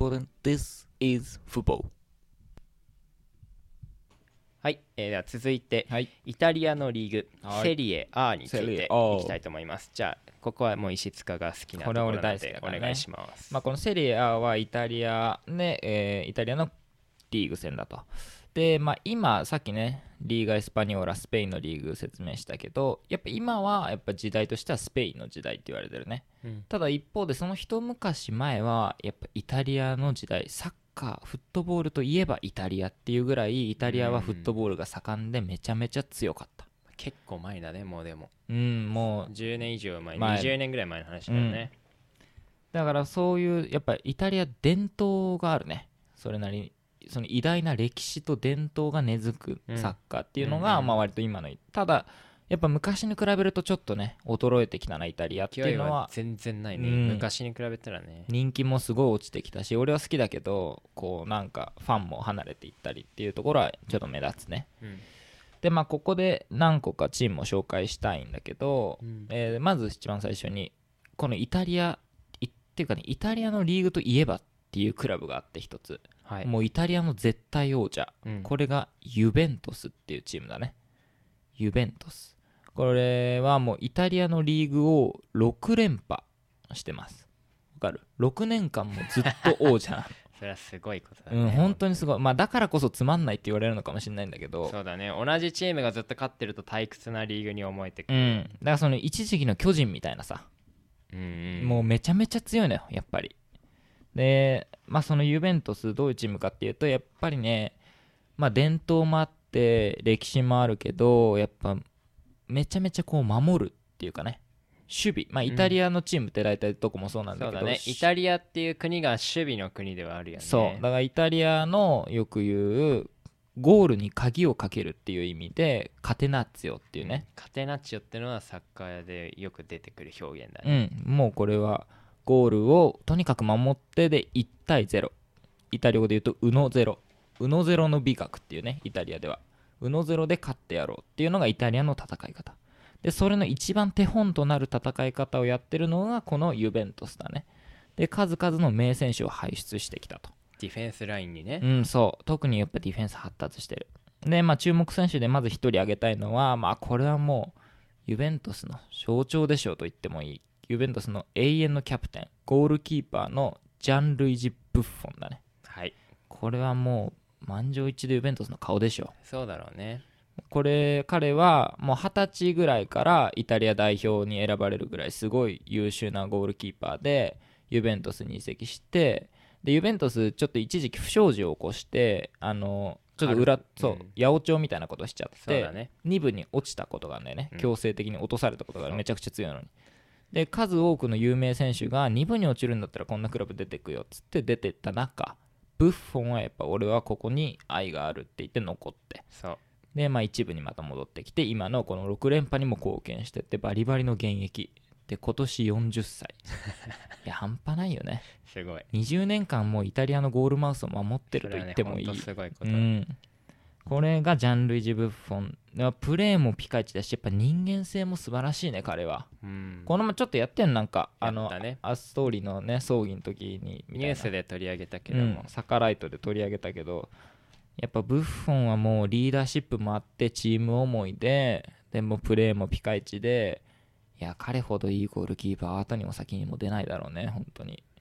Speaker 1: はい、えー、では続いて、はい、イタリアのリーグ、はい、セリエ A についていきたいと思います。じゃあここはもう石塚が好きなところなのでお願いします。
Speaker 2: まあ、このセリエ A はイタリア、ねえー、イタリアのリーグ戦だと。で、まあ、今さっきねリーガ・エスパニョーラスペインのリーグ説明したけど、やっぱ今はやっぱ時代としてはスペインの時代って言われてるね、うん、ただ一方でその一昔前はやっぱイタリアの時代、サッカーフットボールといえばイタリアっていうぐらいイタリアはフットボールが盛んでめちゃめちゃ強かった。
Speaker 1: 結構前だね、もうでも
Speaker 2: うんもう
Speaker 1: じゅうねん以上前、前にじゅうねんぐらい前の話だよね、
Speaker 2: うん、だからそういうやっぱりイタリア伝統があるね。それなりにその偉大な歴史と伝統が根付くサッカーっていうのが、うん、まあ割と今の、ただやっぱ昔に比べるとちょっとね衰えてきたなイタリアっていうのは。
Speaker 1: 全然ないね、うん、昔に比べたらね
Speaker 2: 人気もすごい落ちてきたし、俺は好きだけどこうなんかファンも離れていったりっていうところはちょっと目立つね、うん、でまあここで何個かチームを紹介したいんだけど、うんえー、まず一番最初にこのイタリアっていうかねイタリアのリーグといえばっていうクラブがあって一つ、はい、もうイタリアの絶対王者、うん、これがユベントスっていうチームだね。ユベントス、これはもうイタリアのリーグをろく連覇してます。わかる？ろくねんかんもずっと王者
Speaker 1: それはすごいことだね。
Speaker 2: うん、本当にすごい。まあだからこそつまんないって言われるのかもしれないんだけど、
Speaker 1: そうだね、同じチームがずっと勝ってると退屈なリーグに思えてくる、
Speaker 2: うん、だからその一時期の巨人みたいなさ、うんうん、もうめちゃめちゃ強いのよやっぱり。でまあそのユベントスどういうチームかっていうと、やっぱりねまあ伝統もあって歴史もあるけど、やっぱめちゃめちゃこう守るっていうかね、守備、まあイタリアのチームって大体どこもそうなんだけど、
Speaker 1: うん、そうだね、イタリアっていう国が守備の国ではあるよね。
Speaker 2: そうだからイタリアのよく言うゴールに鍵をかけるっていう意味でカテナッツィオっていうね、
Speaker 1: カテナッチオっていうのはサッカーでよく出てくる表現だね。
Speaker 2: うん、もうこれはゴールをとにかく守ってでいち対ゼロ、イタリア語で言うとウノゼロ、ウノゼロの美学っていうね、イタリアではウノゼロで勝ってやろうっていうのがイタリアの戦い方で、それの一番手本となる戦い方をやってるのがこのユベントスだね。で数々の名選手を輩出してきたと。
Speaker 1: ディフェンスラインにね、
Speaker 2: うんそう特にやっぱディフェンス発達してる。でまあ注目選手でまず一人挙げたいのは、まあこれはもうユベントスの象徴でしょうと言ってもいい、ユベントスの永遠のキャプテン、ゴールキーパーのジャンルイジ・ブッフォンだね。
Speaker 1: はい、
Speaker 2: これはもう満場一致でユベントスの顔でしょう。
Speaker 1: そうだろうね。
Speaker 2: これ彼はもうはたちぐらいからイタリア代表に選ばれるぐらいすごい優秀なゴールキーパーで、ユベントスに移籍して、でユベントスちょっと一時期不祥事を起こして、あのちょっと裏、そう、うん、八百長みたいなことしちゃって、ね、に部に落ちたことがあるんだよね、うん、強制的に落とされたことがめちゃくちゃ強いのに。で数多くの有名選手がに部に落ちるんだったらこんなクラブ出てくよっつって出てった中、ブッフォンはやっぱ俺はここに愛があるって言って残って、
Speaker 1: そう
Speaker 2: でまあ一部にまた戻ってきて今のこのろく連覇にも貢献してってバリバリの現役で、今年よんじゅっさいいや半端ないよね。
Speaker 1: すごい、
Speaker 2: にじゅうねんかんもうイタリアのゴールマウスを守ってると言ってもいい、
Speaker 1: ね、すごいこと、
Speaker 2: うん、これがジャンルイジ・ブッフォン。プレーもピカイチだしやっぱ人間性も素晴らしいね彼は、うん、このままちょっとやってんなんかあの、ね、アストーリーのね葬儀の時に
Speaker 1: ニュースで取り上げたけども、うん、
Speaker 2: サカライトで取り上げたけど、やっぱブッフォンはもうリーダーシップもあってチーム思いで、でもプレーもピカイチで、いや彼ほどいいゴールキーパー後にも先にも出ないだろうね本当に。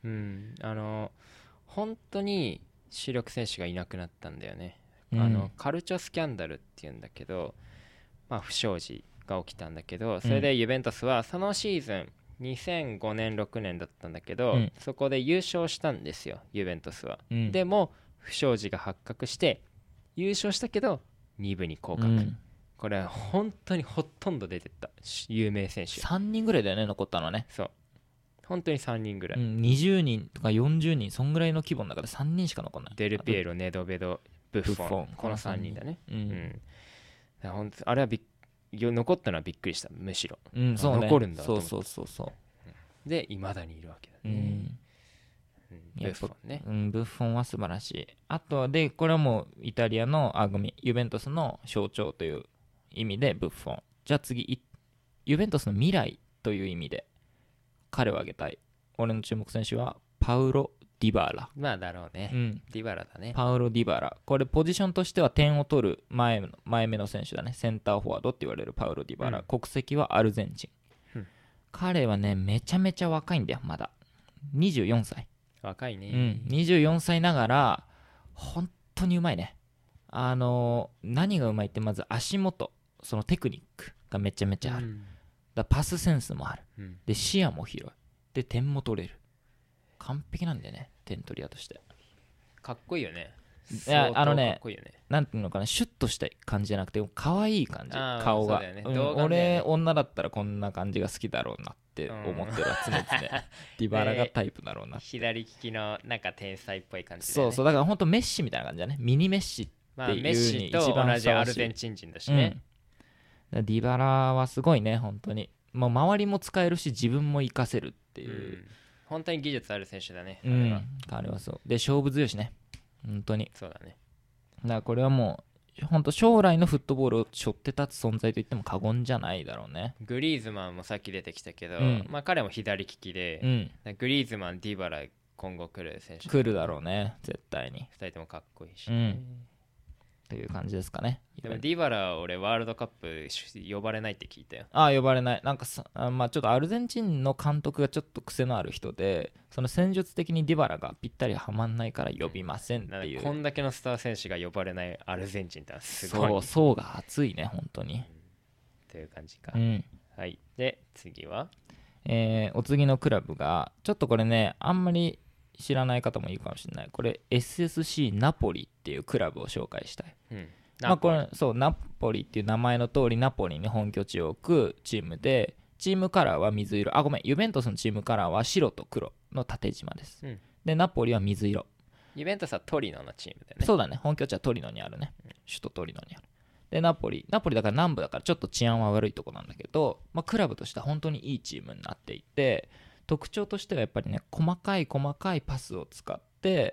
Speaker 1: うんあの本当に主力選手がいなくなったんだよね、
Speaker 2: うん
Speaker 1: あのカルチョスキャンダルっていうんだけど、まあ、不祥事が起きたんだけど、それでユベントスはそのシーズンにせんごねんろくねんだったんだけど、
Speaker 2: うん、
Speaker 1: そこで優勝したんですよユベントスは、
Speaker 2: うん、
Speaker 1: でも不祥事が発覚して優勝したけどに部に降格、
Speaker 2: うん、
Speaker 1: これは本当にほとんど出てった有名選手、
Speaker 2: さんにんぐらいだよね残ったのはね、
Speaker 1: そう本当にさんにんぐらい、
Speaker 2: うん、にじゅうにんとかよんじゅうにんそんぐらいの規模の中でさんにんしか残んない。
Speaker 1: デルピエロ、ネドベド、ブッフォン、
Speaker 2: ブッフォン
Speaker 1: このさんにんだね、
Speaker 2: う
Speaker 1: うんん、だから本当あれはびっよ残ったのはびっくりした、むしろ、
Speaker 2: うん、そうね、
Speaker 1: 残るんだと
Speaker 2: そ
Speaker 1: 思った
Speaker 2: うそうそうそ
Speaker 1: でいまだにいるわけだ
Speaker 2: う、
Speaker 1: ね、
Speaker 2: うん、
Speaker 1: うんブ
Speaker 2: やっぱ
Speaker 1: ッフォンね、
Speaker 2: うん、ブッフォンは素晴らしい。あとはでこれはもうイタリアのあごめんユベントスの象徴という意味でブッフォン。じゃあ次いユベントスの未来という意味で彼を挙げたい。俺の注目選手はパウロ・ディバラ、
Speaker 1: まあだろうね、
Speaker 2: うん、
Speaker 1: ディバラだね、
Speaker 2: パウロ・ディバラ、これポジションとしては点を取る前の前目の選手だね。センターフォワードって言われるパウロ・ディバラ、
Speaker 1: うん
Speaker 2: 国籍はアルゼンチン、
Speaker 1: うん、
Speaker 2: 彼はねめちゃめちゃ若いんだよ、まだにじゅうよんさい、
Speaker 1: 若いね、
Speaker 2: うん、にじゅうよんさいながら本当にうまいね。あのー何がうまいって、まず足元、そのテクニックがめちゃめちゃある、
Speaker 1: うん
Speaker 2: だパスセンスもある、
Speaker 1: うん
Speaker 2: で視野も広い、で点も取れる、完璧なんだよね、点取り屋として。
Speaker 1: かっこいいよね、
Speaker 2: いや
Speaker 1: 相当
Speaker 2: あのね
Speaker 1: かっこいいよね、
Speaker 2: なんていうのかな、シュッとした感じじゃなくて可愛い感じ、
Speaker 1: あー
Speaker 2: 顔が、
Speaker 1: そうだよね
Speaker 2: うん
Speaker 1: 動画で
Speaker 2: 俺女だったらこんな感じが好きだろうなって思ってるわ、常々ディバラがタイプだろうな、
Speaker 1: 左利きのなんか天才っぽい感じだよね、
Speaker 2: そうそう、だから本当メッシみたいな感じだね、ミニメッシって
Speaker 1: まあ、
Speaker 2: いうに
Speaker 1: メッシと
Speaker 2: 一番
Speaker 1: 同じアル
Speaker 2: ふさわしい
Speaker 1: ゼンチン人だし
Speaker 2: うん、
Speaker 1: ね、
Speaker 2: だからディバラはすごいね、本当にもう周りも使えるし自分も活かせるって
Speaker 1: う
Speaker 2: いう、
Speaker 1: ん本当に技術ある選手だね、
Speaker 2: うん
Speaker 1: あれは
Speaker 2: 彼はそうで勝負強いしね、本当に。
Speaker 1: そうだね、
Speaker 2: だからこれはもう本当将来のフットボールを背負って立つ存在と言っても過言じゃないだろうね。
Speaker 1: グリーズマンもさっき出てきたけど、
Speaker 2: うん
Speaker 1: まあ彼も左利きで
Speaker 2: う、ん、
Speaker 1: グリーズマン、ディバラ今後来る選手
Speaker 2: 来るだろうね絶対に
Speaker 1: ふたりともかっこいいし、
Speaker 2: うんという感じですかね。
Speaker 1: でもディバラは俺ワールドカップ呼ばれないって聞いたよ。
Speaker 2: ああ呼ばれない、なんかさあまあちょっとアルゼンチンの監督がちょっと癖のある人で、その戦術的にディバラがぴったりはまんないから呼びませんって
Speaker 1: なん
Speaker 2: いう、
Speaker 1: かこんだけのスター選手が呼ばれないアルゼンチンってのはすごい
Speaker 2: そう層が厚いね本当に。
Speaker 1: という感じか、
Speaker 2: うん
Speaker 1: はい。で次は
Speaker 2: えーお次のクラブがちょっとこれねあんまり知らない方もいるかもしれない、これ エスエスシー ナポリっていうクラブを紹介したい。
Speaker 1: うん
Speaker 2: まあ、これそうナポリっていう名前の通りナポリに本拠地を置くチームで、チームカラーは水色、あごめんユベントスのチームカラーは白と黒の縦縞です、
Speaker 1: うん
Speaker 2: でナポリは水色、
Speaker 1: ユベントスはトリノのチームだよね。
Speaker 2: そうだね、本拠地はトリノにあるね、首都トリノにある。でナポリナポリだから南部だからちょっと治安は悪いとこなんだけど、まあ、クラブとしては本当にいいチームになっていて、特徴としてはやっぱりね細かい細かいパスを使って、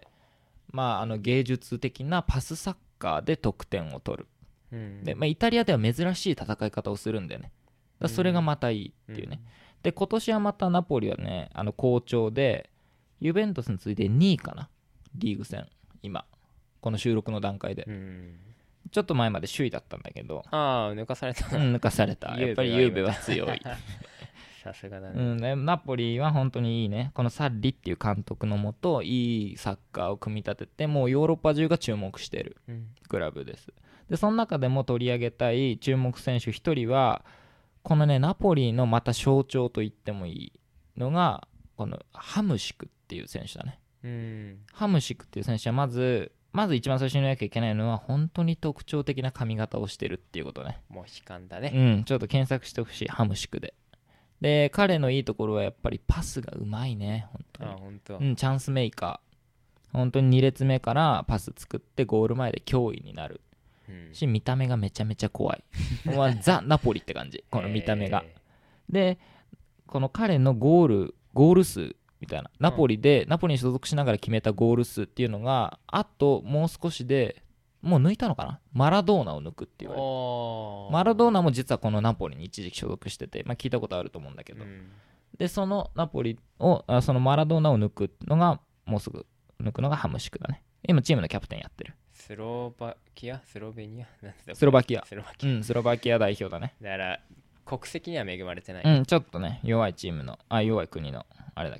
Speaker 2: まあ、あの芸術的なパスサッカーで得点を取る。
Speaker 1: うん
Speaker 2: で、まあ、イタリアでは珍しい戦い方をするんだよね。だからそれがまたいいっていうね。で、今年はまたナポリはね、あの好調で、ユベントスに次いでにいかな、リーグ戦、今、この収録の段階で。
Speaker 1: うん
Speaker 2: ちょっと前まで首位だったんだけど、
Speaker 1: ああ抜かされた
Speaker 2: うん、抜かされた。やっぱりユーベは強い。
Speaker 1: さすがだね、
Speaker 2: うん、ねナポリは本当にいいね。このサッリっていう監督のもと、いいサッカーを組み立てて、もうヨーロッパ中が注目してる
Speaker 1: うん
Speaker 2: クラブです。でその中でも取り上げたい注目選手ひとりはこのねナポリのまた象徴と言ってもいいのがこのハムシクっていう選手だね。
Speaker 1: うん
Speaker 2: ハムシクっていう選手はまずまず一番最初に言わなきゃいけないのは本当に特徴的な髪型をしてるっていうことね。
Speaker 1: もう悲観だね、
Speaker 2: うんちょっと検索してほしい、ハムシクで。で彼のいいところはやっぱりパスがうまいね本当に。
Speaker 1: あ本当、
Speaker 2: うんチャンスメーカー、本当にに列目からパス作ってゴール前で脅威になる
Speaker 1: うん
Speaker 2: し、見た目がめちゃめちゃ怖いまあザ・ナポリって感じ、この見た目が。
Speaker 1: へ
Speaker 2: でこの彼のゴールゴール数みたいな、ナポリで、ナポリに所属しながら決めたゴール数っていうのがあともう少しでもう抜いたのかな、マラドーナを抜くって
Speaker 1: ー
Speaker 2: 言われる。
Speaker 1: おー
Speaker 2: マラドーナも実はこのナポリに一時期所属してて、まあ、聞いたことあると思うんだけど、
Speaker 1: うん
Speaker 2: でそのナポリをあそのマラドーナを抜くのがもうすぐ抜くのがハムシクだね。今チームのキャプテンやってる。
Speaker 1: スロバキアスロベニアなんだ
Speaker 2: スロバキア
Speaker 1: スロバキア、
Speaker 2: うんスロバキア代表だね。
Speaker 1: だから国籍には恵まれてない、
Speaker 2: うんちょっとね弱いチームのあ弱い国のあれだけど、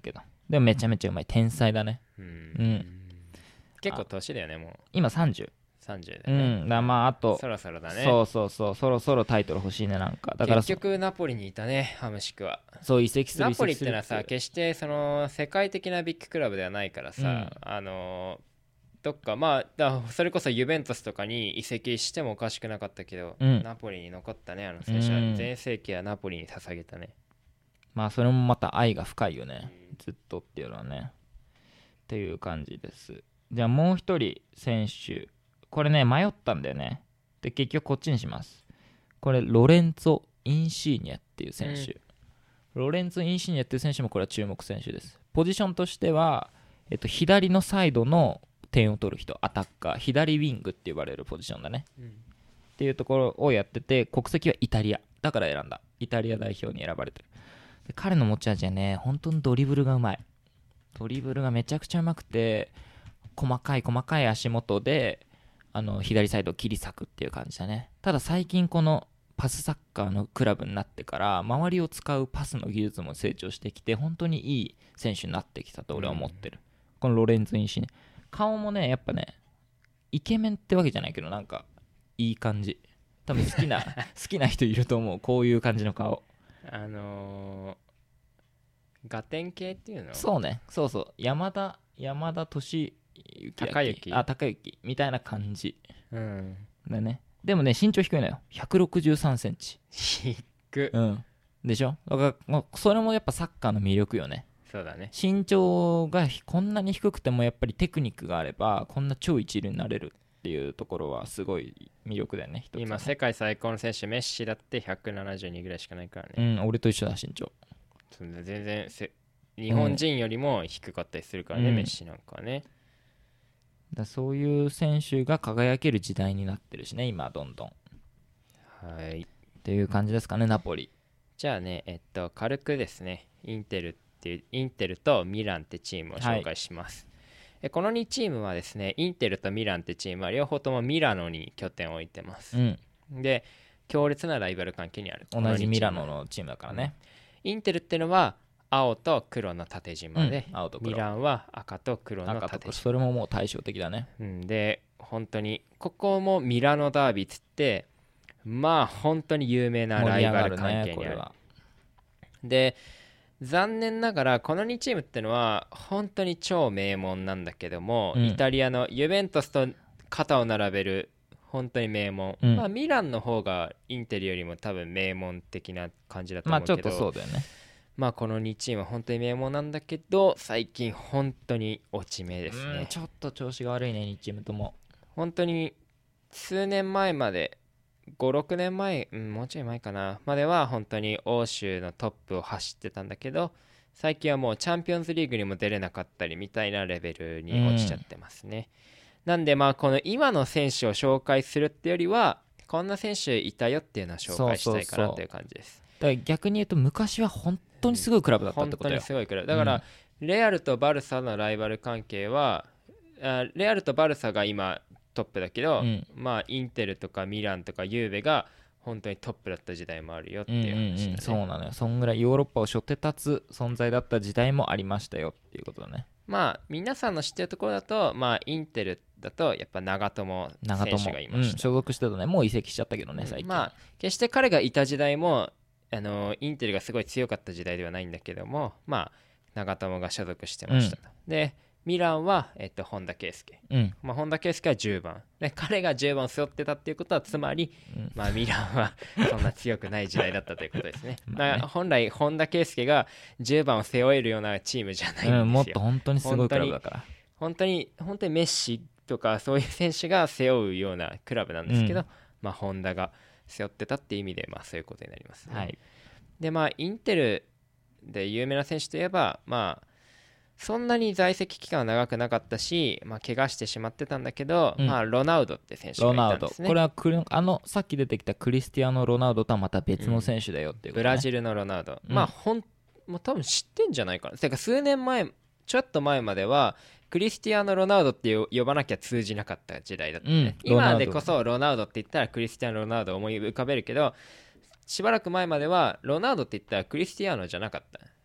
Speaker 2: でもめちゃめちゃうまい天才だね。
Speaker 1: うん、
Speaker 2: うん
Speaker 1: 結構年だよねもう
Speaker 2: 今さんじゅう。
Speaker 1: さんじゅうだ
Speaker 2: う
Speaker 1: よね、
Speaker 2: んだからまああと
Speaker 1: そろそろだね。
Speaker 2: そうそうそうそろそろタイトル欲しいねなんかだから
Speaker 1: 結局ナポリにいたねハムシクは。
Speaker 2: そう移籍する
Speaker 1: ナ
Speaker 2: 移籍する
Speaker 1: ポリってのはさ決してその世界的なビッグクラブではないからさ、
Speaker 2: うん
Speaker 1: あのどっかまあだそれこそユベントスとかに移籍してもおかしくなかったけど、
Speaker 2: うん
Speaker 1: ナポリに残ったねあの選手は、
Speaker 2: うん
Speaker 1: 全盛期はナポリに捧げたね。
Speaker 2: まあそれもまた愛が深いよねずっとっていうのはねっていう感じです。じゃあもう一人選手これね迷ったんだよね。で結局こっちにします。これロレンツォ・インシーニャっていう選手、うん、ロレンツォ・インシーニャっていう選手もこれは注目選手です。ポジションとしては、えっと、左のサイドの点を取る人アタッカー左ウィングって呼ばれるポジションだね、うん、っていうところをやってて国籍はイタリアだから選んだ。イタリア代表に選ばれてる。で彼の持ち味はね本当にドリブルがうまい。ドリブルがめちゃくちゃうまくて細かい細かい足元であの左サイドを切り裂くっていう感じだね。ただ最近このパスサッカーのクラブになってから周りを使うパスの技術も成長してきて本当にいい選手になってきたと俺は思ってる、うん、このロレンツォ・インシーニャ顔もねやっぱねイケメンってわけじゃないけどなんかいい感じ。多分好きな好きな人いると思うこういう感じの顔。
Speaker 1: あのー、ガテン系っていうの
Speaker 2: そうねそうそう山田山田俊之
Speaker 1: 高之
Speaker 2: あ高之みたいな感じ、
Speaker 1: うん、
Speaker 2: だね。でもね身長低いのよひゃくろくじゅうさんセンチ。
Speaker 1: 低く、
Speaker 2: うん、でしょ。だからそれもやっぱサッカーの魅力よね。
Speaker 1: そうだね。
Speaker 2: 身長がこんなに低くてもやっぱりテクニックがあればこんな超一流になれるっていうところはすごい魅力だよね。
Speaker 1: 今世界最高の選手メッシだってひゃくななじゅうにぐらいしかないからね。
Speaker 2: うん俺と一緒だ身長。
Speaker 1: 全然せ日本人よりも低かったりするからね、うん、メッシなんかはね。
Speaker 2: だそういう選手が輝ける時代になってるしね今どんどん。
Speaker 1: はい
Speaker 2: っていう感じですかねナポリ。
Speaker 1: じゃあねえっと軽くですねインテルっていうインテルとミランってチームを紹介します、はい、このにチームはですねインテルとミランってチームは両方ともミラノに拠点を置いてます、うん、で強烈なライバル関係にある。
Speaker 2: 同じミラノのチームだからね、
Speaker 1: うん、インテルっていうのは青と黒の縦縞で、うん、青と黒ミランは赤と黒の縦縞。
Speaker 2: それももう対照的だね、
Speaker 1: うん、で本当にここもミラノダービーつってまあ本当に有名なライバル関係にある、ね、で残念ながらこのにチームってのは本当に超名門なんだけども、うん、イタリアのユベントスと肩を並べる本当に名門、うんまあ、ミランの方がインテルよりも多分名門的な感じだと思うけど、
Speaker 2: まあちょっとそうだよね。
Speaker 1: まあこのにチームは本当に名門なんだけど最近本当に落ち目ですね。
Speaker 2: ちょっと調子が悪いねにチームとも。
Speaker 1: 本当に数年前までごろくねんまえ、うん、もうちょい前かなまでは本当に欧州のトップを走ってたんだけど最近はもうチャンピオンズリーグにも出れなかったりみたいなレベルに落ちちゃってますね、うん、なんでまあこの今の選手を紹介するってよりはこんな選手いたよっていうのを紹介したいかなという感じです。
Speaker 2: だから逆に言うと昔は本当にすごいクラブだったってことよ、
Speaker 1: うん、本当にすごいクラブだから、うん、レアルとバルサのライバル関係はあレアルとバルサが今トップだけど、うん、まあインテルとかミランとかユーベが本当にトップだった時代もあるよっていう話、ねうんうんうん、
Speaker 2: そうなのよ。そんぐらいヨーロッパを背負って立つ存在だった時代もありましたよっていうことだね。
Speaker 1: まあ皆さんの知ってるところだとまあインテルだとやっぱ長友選手がいました、うん、
Speaker 2: 所属してたね。もう移籍しちゃったけどね最近、
Speaker 1: うん、まあ決して彼がいた時代もあのインテルがすごい強かった時代ではないんだけどもまあ長友が所属してましたと、うん、でミランは、えっと、本田圭佑、うんまあ、本田圭佑はじゅうばんで彼がじゅうばんを背負ってたっていうことはつまり、うんまあ、ミランはそんな強くない時代だったということですねまあね、本来本田圭佑がじゅうばんを背負えるようなチームじゃないんですよ、
Speaker 2: うん、もっと本当にすごいクラブだから
Speaker 1: 本当に本当にメッシとかそういう選手が背負うようなクラブなんですけど、うんまあ、本田が背負ってたっていう意味で、まあ、そういうことになりますね、はい、でまあインテルで有名な選手といえばまあそんなに在籍期間は長くなかったし、まあ、怪我してしまってたんだけど、うんまあ、ロナウドって選手がいたんですね。
Speaker 2: これはクリあのさっき出てきたクリスティアーノ・ロナウドとはまた別の選手だよっていうこと、ね
Speaker 1: うん、ブラジルのロナウド、うん、まあほんもう多分知ってんじゃないかな。てか数年前ちょっと前まではクリスティアーノ・ロナウドって呼ばなきゃ通じなかった時代だったね、うん、今でこそロナウドって言ったらクリスティアーノ・ロナウドを思い浮かべるけどしばらく前まではロナウドって言ったらクリスティアーノじゃなかった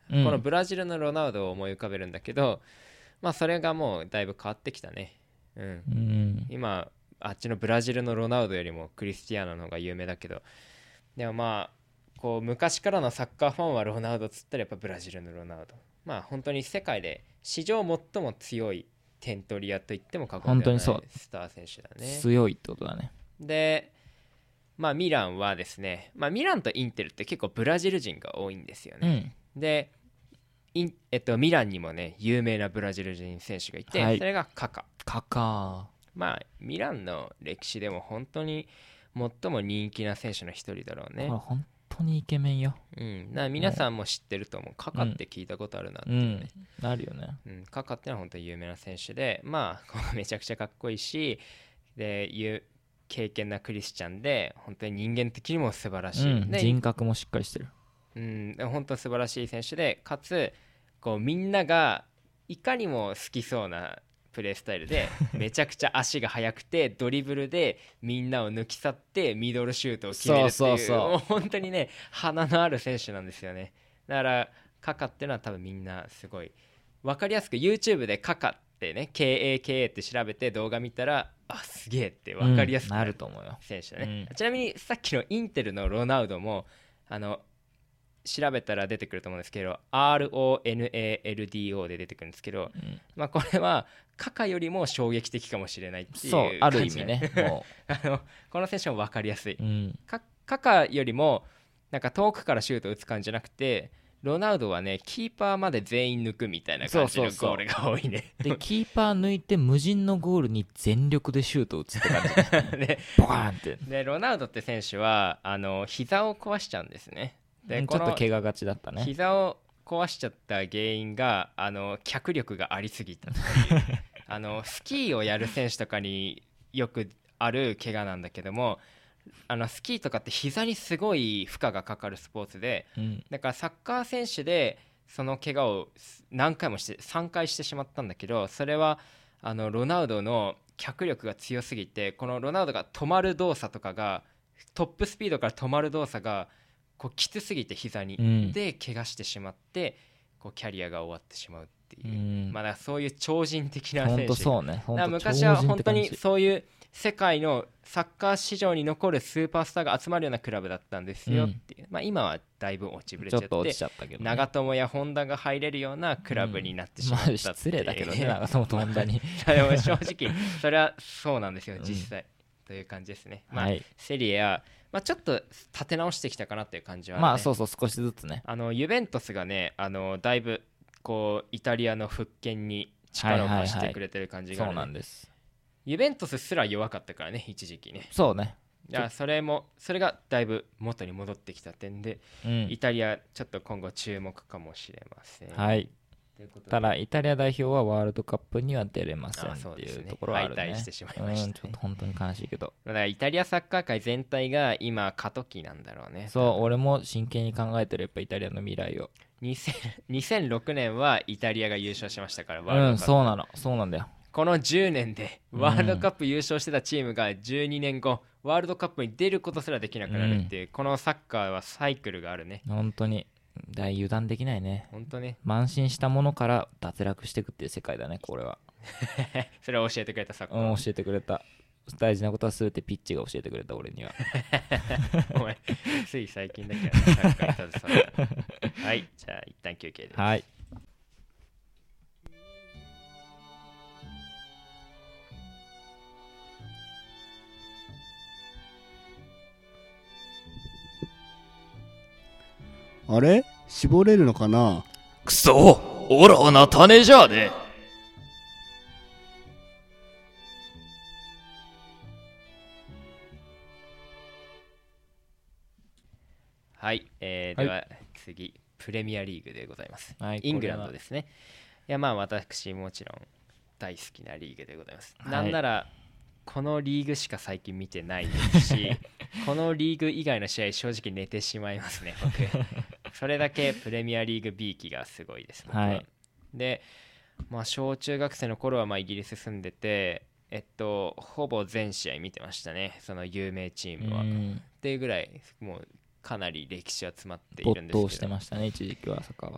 Speaker 2: うん、
Speaker 1: このブラジルのロナウドを思い浮かべるんだけど、まあそれがもうだいぶ変わってきたね。うん、
Speaker 2: うん、
Speaker 1: 今あっちのブラジルのロナウドよりもクリスティアーノの方が有名だけど、でもまあこう昔からのサッカーファンはロナウドっつったらやっぱブラジルのロナウド、まあ本当に世界で史上最も強い点取り屋と言っても過言ではないスター選手だね。
Speaker 2: 強いってことだね。
Speaker 1: でまあミランはですね、まあミランとインテルって結構ブラジル人が多いんですよね、うん、でイン、えっと、ミランにもね有名なブラジル人選手がいて、はい、それがカカ
Speaker 2: カカ
Speaker 1: まあミランの歴史でも本当に最も人気な選手の一人だろうね。
Speaker 2: これ本当にイケメンよ。
Speaker 1: うん、な皆さんも知ってると思う。カカって聞いたことあるなっていうね、
Speaker 2: うん、なるよね、
Speaker 1: うん、カカってのは本当に有名な選手で、まあめちゃくちゃかっこいいし、でいう経験なクリスチャンで本当に人間的にも素晴らしい、
Speaker 2: うん、人格もしっかりしてる。
Speaker 1: うん、本当素晴らしい選手で、かつこうみんながいかにも好きそうなプレースタイルでめちゃくちゃ足が速くてドリブルでみんなを抜き去ってミドルシュートを決めるっていう、
Speaker 2: そうそうそう、
Speaker 1: もう本当にね花のある選手なんですよね。だからカカっていうのは多分みんなすごい分かりやすく YouTube でカカってね ケーエーケーエー って調べて動画見たらあすげえって分かりやすくなる選手だね、うん、ちなみにさっきのインテルのロナウドもあの調べたら出てくると思うんですけど アールオーエヌエーエルディーオー で出てくるんですけど、うん、まあこれはカカよりも衝撃的かもしれないっていう、
Speaker 2: そうある意味ねもう
Speaker 1: あのこの選手も分かりやすい、
Speaker 2: うん、
Speaker 1: カカよりもなんか遠くからシュート打つ感じじゃなくてロナウドはねキーパーまで全員抜くみたいな感じのゴールが多いね。そうそう
Speaker 2: そうでキーパー抜いて無人のゴールに全力でシュート打つって感じ
Speaker 1: で
Speaker 2: ボカーンって
Speaker 1: でロナウドって選手はあの膝を壊しちゃうんですね。で
Speaker 2: ちょっと怪我がちだったね。
Speaker 1: 膝を壊しちゃった原因があの脚力がありすぎたっていうあのスキーをやる選手とかによくある怪我なんだけども、あのスキーとかって膝にすごい負荷がかかるスポーツで、うん、だからサッカー選手でその怪我を何回もしてさんかいしてしまったんだけど、それはあのロナウドの脚力が強すぎて、このロナウドが止まる動作とかがトップスピードから止まる動作がこうきつすぎて膝に、うん、で怪我してしまってこうキャリアが終わってしまうっていう、うん、まあそういう超人的な選手、
Speaker 2: 本当そうね、本当
Speaker 1: 昔は本当にそういう世界のサッカー史上に残るスーパースターが集まるようなクラブだったんですよっていう、うん、まあ今はだいぶ落ちぶれちゃって、
Speaker 2: ちょっと落ちちゃったけどね、
Speaker 1: 長友や本田が入れるようなクラブになってしまったっていう、うん、
Speaker 2: まあ失礼だけどね長友と本田に
Speaker 1: でも正直それはそうなんですよ実際、うん、という感じですね。まあ、はい、セリエやまあ、ちょっと立て直してきたかなっていう感じは、ね、
Speaker 2: まあそうそう少しずつね、
Speaker 1: あのユベントスがねあのだいぶこうイタリアの復権に力を貸してくれてる感じがある、ね、
Speaker 2: はいはいはい、そうなんです。
Speaker 1: ユベントスすら弱かったからね一時期ね。
Speaker 2: そうね、
Speaker 1: いやそれもそれがだいぶ元に戻ってきた点で、うん、イタリアちょっと今後注目かもしれません。
Speaker 2: はい、ただイタリア代表はワールドカップには出れませんっていうところはあるね。
Speaker 1: 敗退してしまいましたね、
Speaker 2: うん、ちょっと本当に悲しいけど、
Speaker 1: だからイタリアサッカー界全体が今過渡期なんだろうね。
Speaker 2: そう俺も真剣に考えてるやっぱイタリアの未来を。
Speaker 1: にせんろくねんはイタリアが優勝しましたからワールドカップ、
Speaker 2: うんそうなのそうなんだよ。
Speaker 1: このじゅうねんでワールドカップ優勝してたチームがじゅうにねんご、うん、ワールドカップに出ることすらできなくなるっていう、うん、このサッカーはサイクルがあるね。
Speaker 2: 本当に大油断できないね。
Speaker 1: 本当ね、
Speaker 2: 慢心したものから脱落していくっていう世界だねこれは
Speaker 1: それは教えてくれたサッカー、
Speaker 2: うん、教えてくれた。大事なことは全てピッチが教えてくれた俺には
Speaker 1: お前つい最近だけどサッカーに携わったはいじゃあ一旦休憩です。
Speaker 2: はい。
Speaker 4: あれ絞れるのかな。
Speaker 5: くそオラはな種じゃね。
Speaker 1: はい、えー、では次、はい、プレミアリーグでございます、はい、イングランドですね。いやまあ私もちろん大好きなリーグでございます、はい、なんならこのリーグしか最近見てないですしこのリーグ以外の試合正直寝てしまいますね僕それだけプレミアリーグ B 期がすごいです、
Speaker 2: はい、
Speaker 1: で、まあ、小中学生の頃はまあイギリス住んでてえっとほぼ全試合見てましたねその有名チームは、うん、っていうぐらいもうかなり歴史は詰まっているんですけど、
Speaker 2: 没頭してましたね一時期はサッカーは。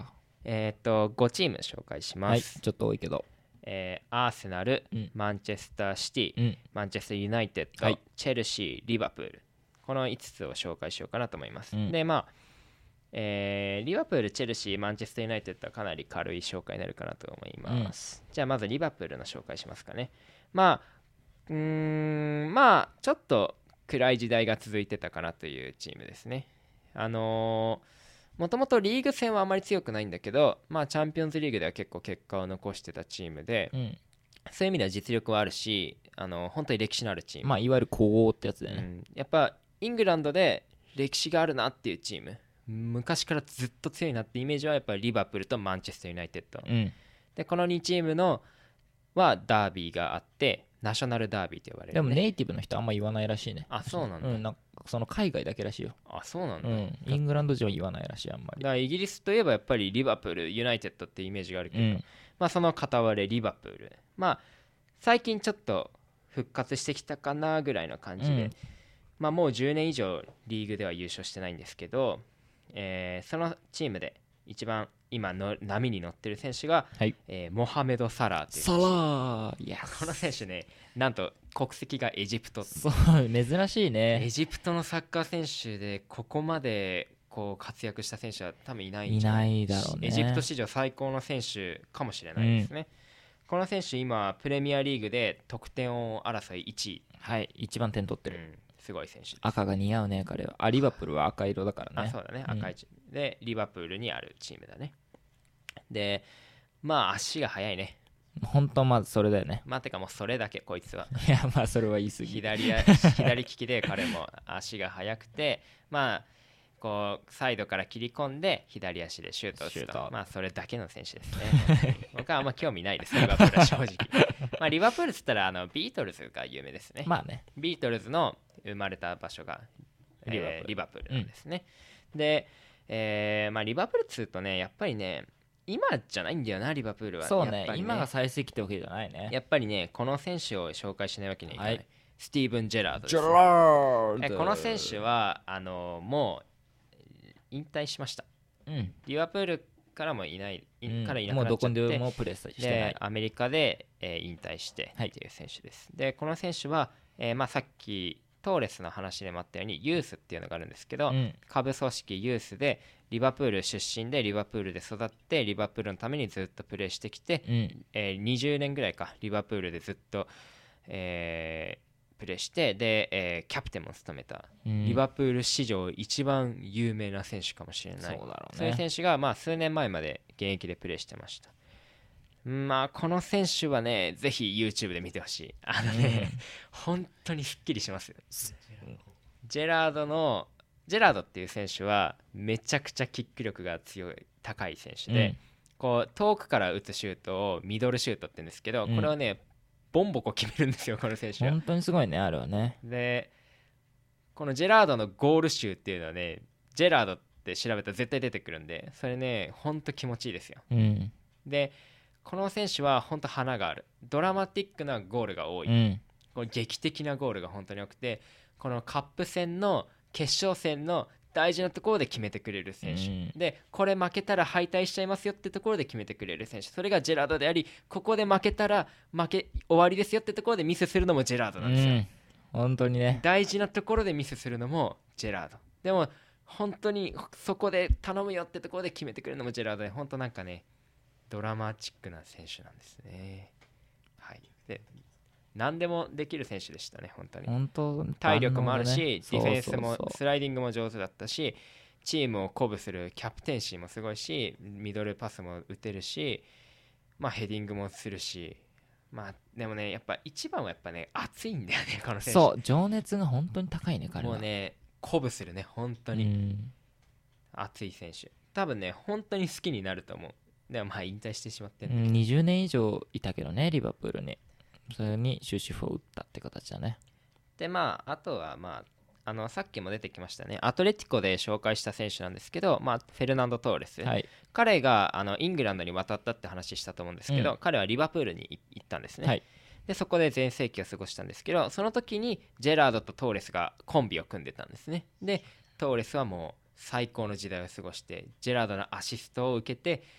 Speaker 1: えっ、とごチーム紹介し
Speaker 2: はい、
Speaker 1: ます、
Speaker 2: ちょっと多いけど。
Speaker 1: えーアーセナル、
Speaker 2: うん
Speaker 1: マンチェスターシティ、
Speaker 2: うん。
Speaker 1: マンチェスターユナイテッド、
Speaker 2: はい
Speaker 1: チェルシー、リバプール、このいつつを紹介しようかなと思います、
Speaker 2: うん
Speaker 1: でまあ、えーリバプール、チェルシー、マンチェスターユナイテッドはかなり軽い紹介になるかなと思います、じゃあまずリバプールの紹介しますかね。まあうーんまあちょっと暗い時代が続いてたかなというチームですね。あのー、もともとリーグ戦はあまり強くないんだけど、まあ、チャンピオンズリーグでは結構結果を残してたチームで、
Speaker 2: うん。
Speaker 1: そういう意味では実力はあるし、あの本当に歴史のあるチーム、
Speaker 2: まあ、いわゆる古豪ってやつだよね。
Speaker 1: うん、やっぱイングランドで歴史があるなっていうチーム、昔からずっと強いなってイメージはやっぱりリバプールとマンチェスターユナイテッド、
Speaker 2: うん。
Speaker 1: でこのにチームのはダービーがあってナショナルダービーと呼ばれる、ね、
Speaker 2: でもネイティブの人あんま言わないらしいね。
Speaker 1: あそうなんだ、
Speaker 2: うん、なんかその海外だけらしいよ。
Speaker 1: あそうなんだ、
Speaker 2: うん。イングランド人は言わないらしい、あんまり。
Speaker 1: だからイギリスといえばやっぱりリバプールユナイテッドってイメージがあるけど、
Speaker 2: うん。
Speaker 1: まあその片割れリバプール、まあ最近ちょっと復活してきたかなぐらいの感じで、
Speaker 2: うん
Speaker 1: まあもうじゅうねん以上リーグでは優勝してないんですけど、えーそのチームで一番今の波に乗ってる選手が、
Speaker 2: はい
Speaker 1: えーモハメド・サラーという選
Speaker 2: サラ
Speaker 1: 手。
Speaker 2: ー、いや、
Speaker 1: この選手ね、なんと国籍がエジプト、
Speaker 2: そう、珍しい
Speaker 1: エ
Speaker 2: ね。
Speaker 1: ジプトのサッカー選手でここまでこう活躍した選手は多分いないんじゃない
Speaker 2: いないだろうね
Speaker 1: エジプト史上最高の選手かもしれないですね、この選手今プレミアリーグで得点王争いいちい、
Speaker 2: はい、一番点取ってる。
Speaker 1: うん、すごい選手です。
Speaker 2: 赤が似合うね、彼は。あ、リバプールは赤色だからね。
Speaker 1: あそうだね、
Speaker 2: うん
Speaker 1: 赤いチームでリバプールにあるチームだね。でまあ足が速いね。
Speaker 2: 本当まずそれだよね。
Speaker 1: まあてかもうそれだけこいつは。
Speaker 2: いや、まあそれは言い過ぎ。
Speaker 1: 左や左利きで彼も足が速くて、まあこうサイドから切り込んで左足でシュートを打つと、
Speaker 2: シュート
Speaker 1: まあそれだけの選手ですね。僕はあんま興味ないですリバプールは正直。まあリバプールっつったらあのビートルズが有名ですね。
Speaker 2: まあね。
Speaker 1: ビートルズの生まれた場所が
Speaker 2: リバプール
Speaker 1: えーリバプールなんですね。で、えーまあリバプールっつうとねやっぱりね今じゃないんだよなリバプールは。
Speaker 2: そうね
Speaker 1: やっぱり
Speaker 2: 今が最盛期ってわけじゃないね。
Speaker 1: やっぱりねこの選手を紹介しないわけにはいかない、
Speaker 2: はい
Speaker 1: スティーブン・ジェラードです
Speaker 2: ジェラード
Speaker 1: えこの選手はあのもう引退しました。
Speaker 2: うん、
Speaker 1: リバプールからもいない、い
Speaker 2: うん
Speaker 1: からいなく
Speaker 2: もうどこ
Speaker 1: なっちゃって
Speaker 2: でもプレーしてな
Speaker 1: で
Speaker 2: い。
Speaker 1: アメリカで、えー引退して
Speaker 2: はい
Speaker 1: っていう選手です。でこの選手は、えーまあ、さっきトーレスの話でもあったようにユースっていうのがあるんですけど、
Speaker 2: うん
Speaker 1: 下部組織ユースでリバプール出身でリバプールで育ってリバプールのためにずっとプレーしてきて、
Speaker 2: うん
Speaker 1: えーにじゅうねんぐらいかリバプールでずっと、えープレーしてで、えーキャプテンも務めた、
Speaker 2: うん
Speaker 1: リバプール史上一番有名な選手かもしれない、
Speaker 2: そうだろうね
Speaker 1: そういう選手が、まあ、数年前まで現役でプレーしてました。まあこの選手はねぜひ YouTube で見てほしい。あのね、本当にすっきりしますよ。ジェラードのジェラードっていう選手はめちゃくちゃキック力が強い高い選手で、
Speaker 2: うん
Speaker 1: こう遠くから打つシュートをミドルシュートって言うんですけど、
Speaker 2: うん
Speaker 1: これをねボンボコ決めるんですよこの選手は。
Speaker 2: 本当にすごいねあれはね。
Speaker 1: でこのジェラードのゴール集っていうのはねジェラードって調べたら絶対出てくるんでそれねほんと気持ちいいですよ。
Speaker 2: うん
Speaker 1: でこの選手は本当花があるドラマティックなゴールが多い、
Speaker 2: うん
Speaker 1: この劇的なゴールが本当に多くてこのカップ戦の決勝戦の大事なところで決めてくれる選手、
Speaker 2: うん
Speaker 1: でこれ負けたら敗退しちゃいますよってところで決めてくれる選手、それがジェラードでありここで負けたら負け終わりですよってところでミスするのもジェラードなんですよ、
Speaker 2: うん本当にね。
Speaker 1: 大事なところでミスするのもジェラードでも本当にそこで頼むよってところで決めてくれるのもジェラードで本当なんかねドラマチックな選手なんですね。はいで何でもできる選手でしたね本当に。
Speaker 2: 本当
Speaker 1: 体力もあるし、
Speaker 2: 万能だね
Speaker 1: ディフェンスも
Speaker 2: そうそうそう
Speaker 1: スライディングも上手だったしチームを鼓舞するキャプテンシーもすごいしミドルパスも打てるし、まあ、ヘディングもするし、まあでもねやっぱ一番はやっぱね熱いんだよねこの選手。
Speaker 2: そう情熱が本当に高いね彼は。
Speaker 1: もうね鼓舞するね本当に
Speaker 2: うん
Speaker 1: 熱い選手、多分ね本当に好きになると思う。でもまあ引退してしまってる、
Speaker 2: うんにじゅうねん以上いたけどねリバプールに。それに終止符を打ったって形だね。
Speaker 1: でまああとはまああのさっきも出てきましたねアトレティコで紹介した選手なんですけど、まあ、フェルナンド・トーレス、
Speaker 2: はい
Speaker 1: 彼があのイングランドに渡ったって話したと思うんですけど、
Speaker 2: うん
Speaker 1: 彼はリバプールに行ったんですね、
Speaker 2: はい
Speaker 1: でそこで全盛期を過ごしたんですけどその時にジェラードとトーレスがコンビを組んでたんですね。でトーレスはもう最高の時代を過ごしてジェラードのアシストを受けて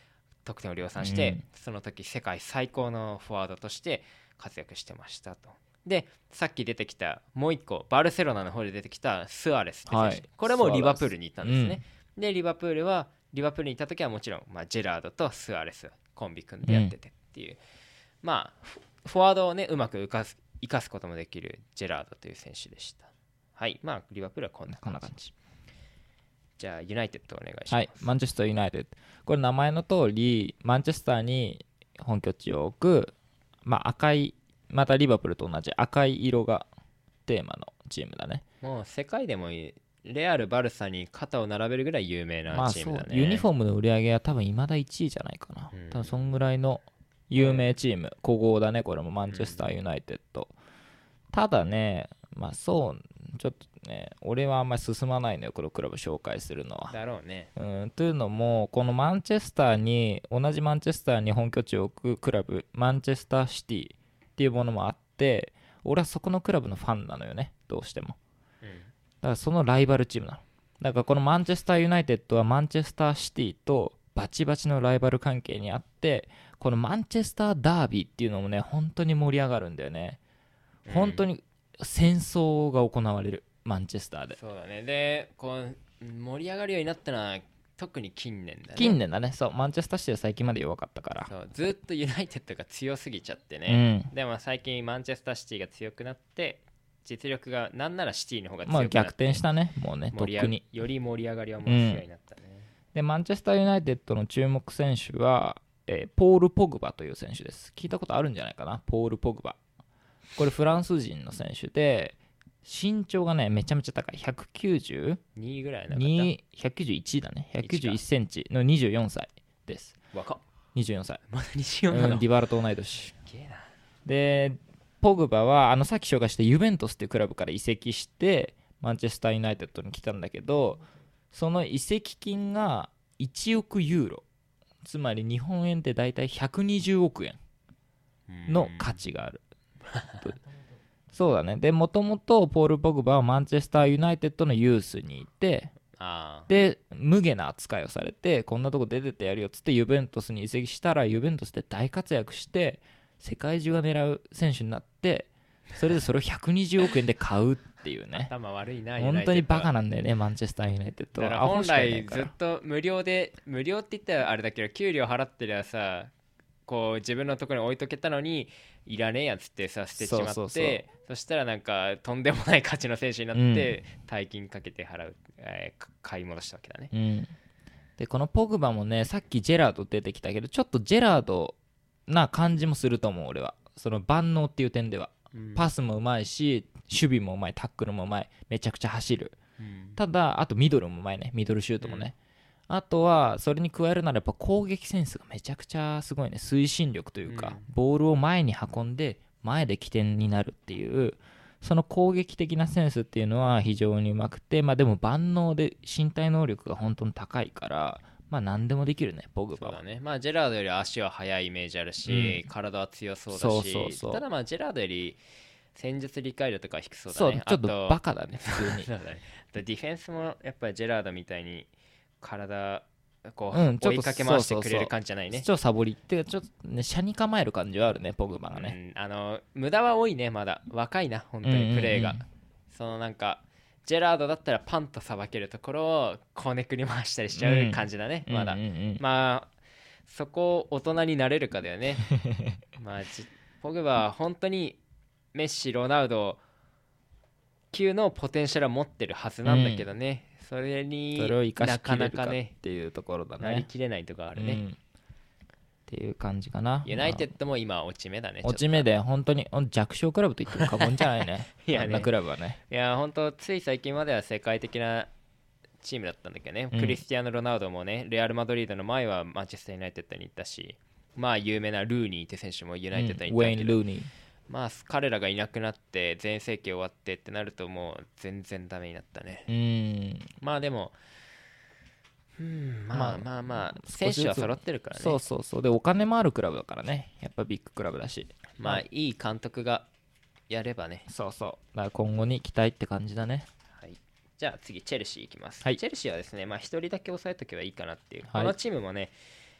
Speaker 1: 得点を量産して、
Speaker 2: うん
Speaker 1: その時世界最高のフォワードとして活躍してましたと。でさっき出てきたもう一個バルセロナの方で出てきたスアレスって選手、はい、これもリバプールに行ったんですね、うん、でリバプールはリバプールに行った時はもちろん、まあ、ジェラードとスアレスコンビ組んでやっててっていう、うん、まあフォワードをねうまく生かす生かすこともできるジェラードという選手でした。はい、まあリバプールはこんな感じ。
Speaker 2: 感じ
Speaker 1: じゃあユナイテッドお願いします。
Speaker 2: はい、マンチェスターユナイテッド、これ名前の通りマンチェスターに本拠地を置く、まあ、赤いまたリバプールと同じ赤い色がテーマのチームだね。
Speaker 1: もう世界でもいいレアルバルサに肩を並べるぐらい有名なチームだね、
Speaker 2: まあ、そうユニフォームの売り上げは多分未だいちいじゃないかな、うん、多分そんぐらいの有名チーム、古豪だねこれもマンチェスターユナイテッド、うん、ただねまあそうちょっとね俺はあんまり進まないのよこのクラブ紹介するのは。
Speaker 1: だろうね。
Speaker 2: うんというのもこのマンチェスターに同じマンチェスターに本拠地を置くクラブマンチェスターシティっていうものもあって俺はそこのクラブのファンなのよねどうしても、うん、だからそのライバルチームなの。だからこのマンチェスターユナイテッドはマンチェスターシティとバチバチのライバル関係にあってこのマンチェスターダービーっていうのもね本当に盛り上がるんだよね、うん、本当に戦争が行われるマンチェスターで。
Speaker 1: そうだね。でこう盛り上がるようになったのは特に近年だね。
Speaker 2: 近年だね。そうマンチェスターシティは最近まで弱かったから。
Speaker 1: そうずっとユナイテッドが強すぎちゃってね、
Speaker 2: うん、
Speaker 1: でも最近マンチェスターシティが強くなって実力がなんならシティの方が強く
Speaker 2: まあ
Speaker 1: なって、
Speaker 2: 逆転したねもうねとっくに
Speaker 1: より盛り上がりを増すようになったね、うん、
Speaker 2: でマンチェスターユナイテッドの注目選手は、えー、ポール・ポグバという選手です。聞いたことあるんじゃないかな。ポール・ポグバこれフランス人の選手で身長がねめちゃめちゃ高いひゃくきゅうじゅう
Speaker 1: にぐらいなかった
Speaker 2: ひゃくきゅうじゅういちだねひゃくきゅうじゅういちセンチのにじゅうよんさいです。
Speaker 1: 若っ
Speaker 2: にじゅうよんさい
Speaker 1: まだにじゅうよんなの、
Speaker 2: うん、ディバラと同い年
Speaker 1: すげえな。
Speaker 2: でポグバはあのさっき紹介したユベントスっていうクラブから移籍してマンチェスターユナイテッドに来たんだけどその移籍金がいちおくユーロつまり日本円でだいたいひゃくにじゅうおくえんの価値があるそうだね。でもともとポール・ポグバはマンチェスターユナイテッドのユースにいて
Speaker 1: あ
Speaker 2: で無下な扱いをされてこんなとこ出てってやるよっつってユベントスに移籍したらユベントスで大活躍して世界中が狙う選手になってそれでそれをひゃくにじゅうおくえんで買うっていうね
Speaker 1: 頭悪いな。
Speaker 2: 本当にバカなんだよねマンチェスターユナイテッドは。
Speaker 1: だから本来ずっと無料で無料って言ったらあれだけど給料払ってりゃさこう自分のところに置いとけたのにいらねえやつってさ捨てちまって、
Speaker 2: そうそうそう
Speaker 1: そしたらなんかとんでもない価値の選手になって、うん、大金かけて払う、えー、買い戻したわけだね、
Speaker 2: うん、でこのポグバもねさっきジェラード出てきたけどちょっとジェラードな感じもすると思う俺は。その万能っていう点では、うん、パスもうまいし守備もうまいタックルもうまいめちゃくちゃ走る、うん、ただあとミドルもうまいねミドルシュートもね、うん、あとはそれに加えるならやっぱ攻撃センスがめちゃくちゃすごいね。推進力というか、うん、ボールを前に運んで前で起点になるっていうその攻撃的なセンスっていうのは非常にうまくて、まあでも万能で身体能力が本当に高いからまあ何でもできるねポグバは。
Speaker 1: そうだね。まあジェラードより足は速いイメージあるし、うん、体は強そうだし
Speaker 2: そうそうそう
Speaker 1: ただまあジェラードより戦術理解度とかは低そうだね。
Speaker 2: そうちょっとバカだね普通に
Speaker 1: そうだね。ディフェンスもやっぱりジェラードみたいに体こう、
Speaker 2: うん、
Speaker 1: 追いかけ回してくれる感じじゃないね。
Speaker 2: ちょっとサボりってちょっとね車に構える感じはあるねポグバがね、
Speaker 1: うん、あの無駄は多いね。まだ若いな本当にプレーが、うんうんうん、そのなんかジェラードだったらパンとさばけるところをコネクに回したりしちゃう感じだね、うん、まだ、うんうんうん、まあそこを大人になれるかだよねまあポグバは本当にメッシロナウド級のポテンシャルは持ってるはずなんだけどね、うん、それに
Speaker 2: それを生かしきれるかっていうところだね。
Speaker 1: なりきれないところあるね、うん、
Speaker 2: っていう感じかな。
Speaker 1: ユナイテッドも今落ち目だね。
Speaker 2: 落ち目で本当に弱小クラブと言っても過言じゃないね
Speaker 1: いやね、
Speaker 2: あんなクラブはね。
Speaker 1: いや本当つい最近までは世界的なチームだったんだけどね、うん、クリスティアーノ・ロナウドもねレアル・マドリードの前はマンチェスター・ユナイテッドに行ったし、まあ有名なルーニーって選手もユナイテッドに行ったけど、
Speaker 2: うん、ウェイン・ルーニー
Speaker 1: まあ彼らがいなくなって全盛期終わってってなるともう全然ダメになったね。
Speaker 2: うん
Speaker 1: まあでもうんまあまあまあ選手は揃ってるからね。
Speaker 2: そうそうそうでお金もあるクラブだからねやっぱビッグクラブだし
Speaker 1: まあいい監督がやればね。
Speaker 2: そうそうだから今後に期待って感じだね。
Speaker 1: はい、じゃあ次チェルシーいきます、
Speaker 2: はい、
Speaker 1: チェルシーはですねまあ一人だけ抑えとけばいいかなっていう、
Speaker 2: はい、
Speaker 1: このチームもね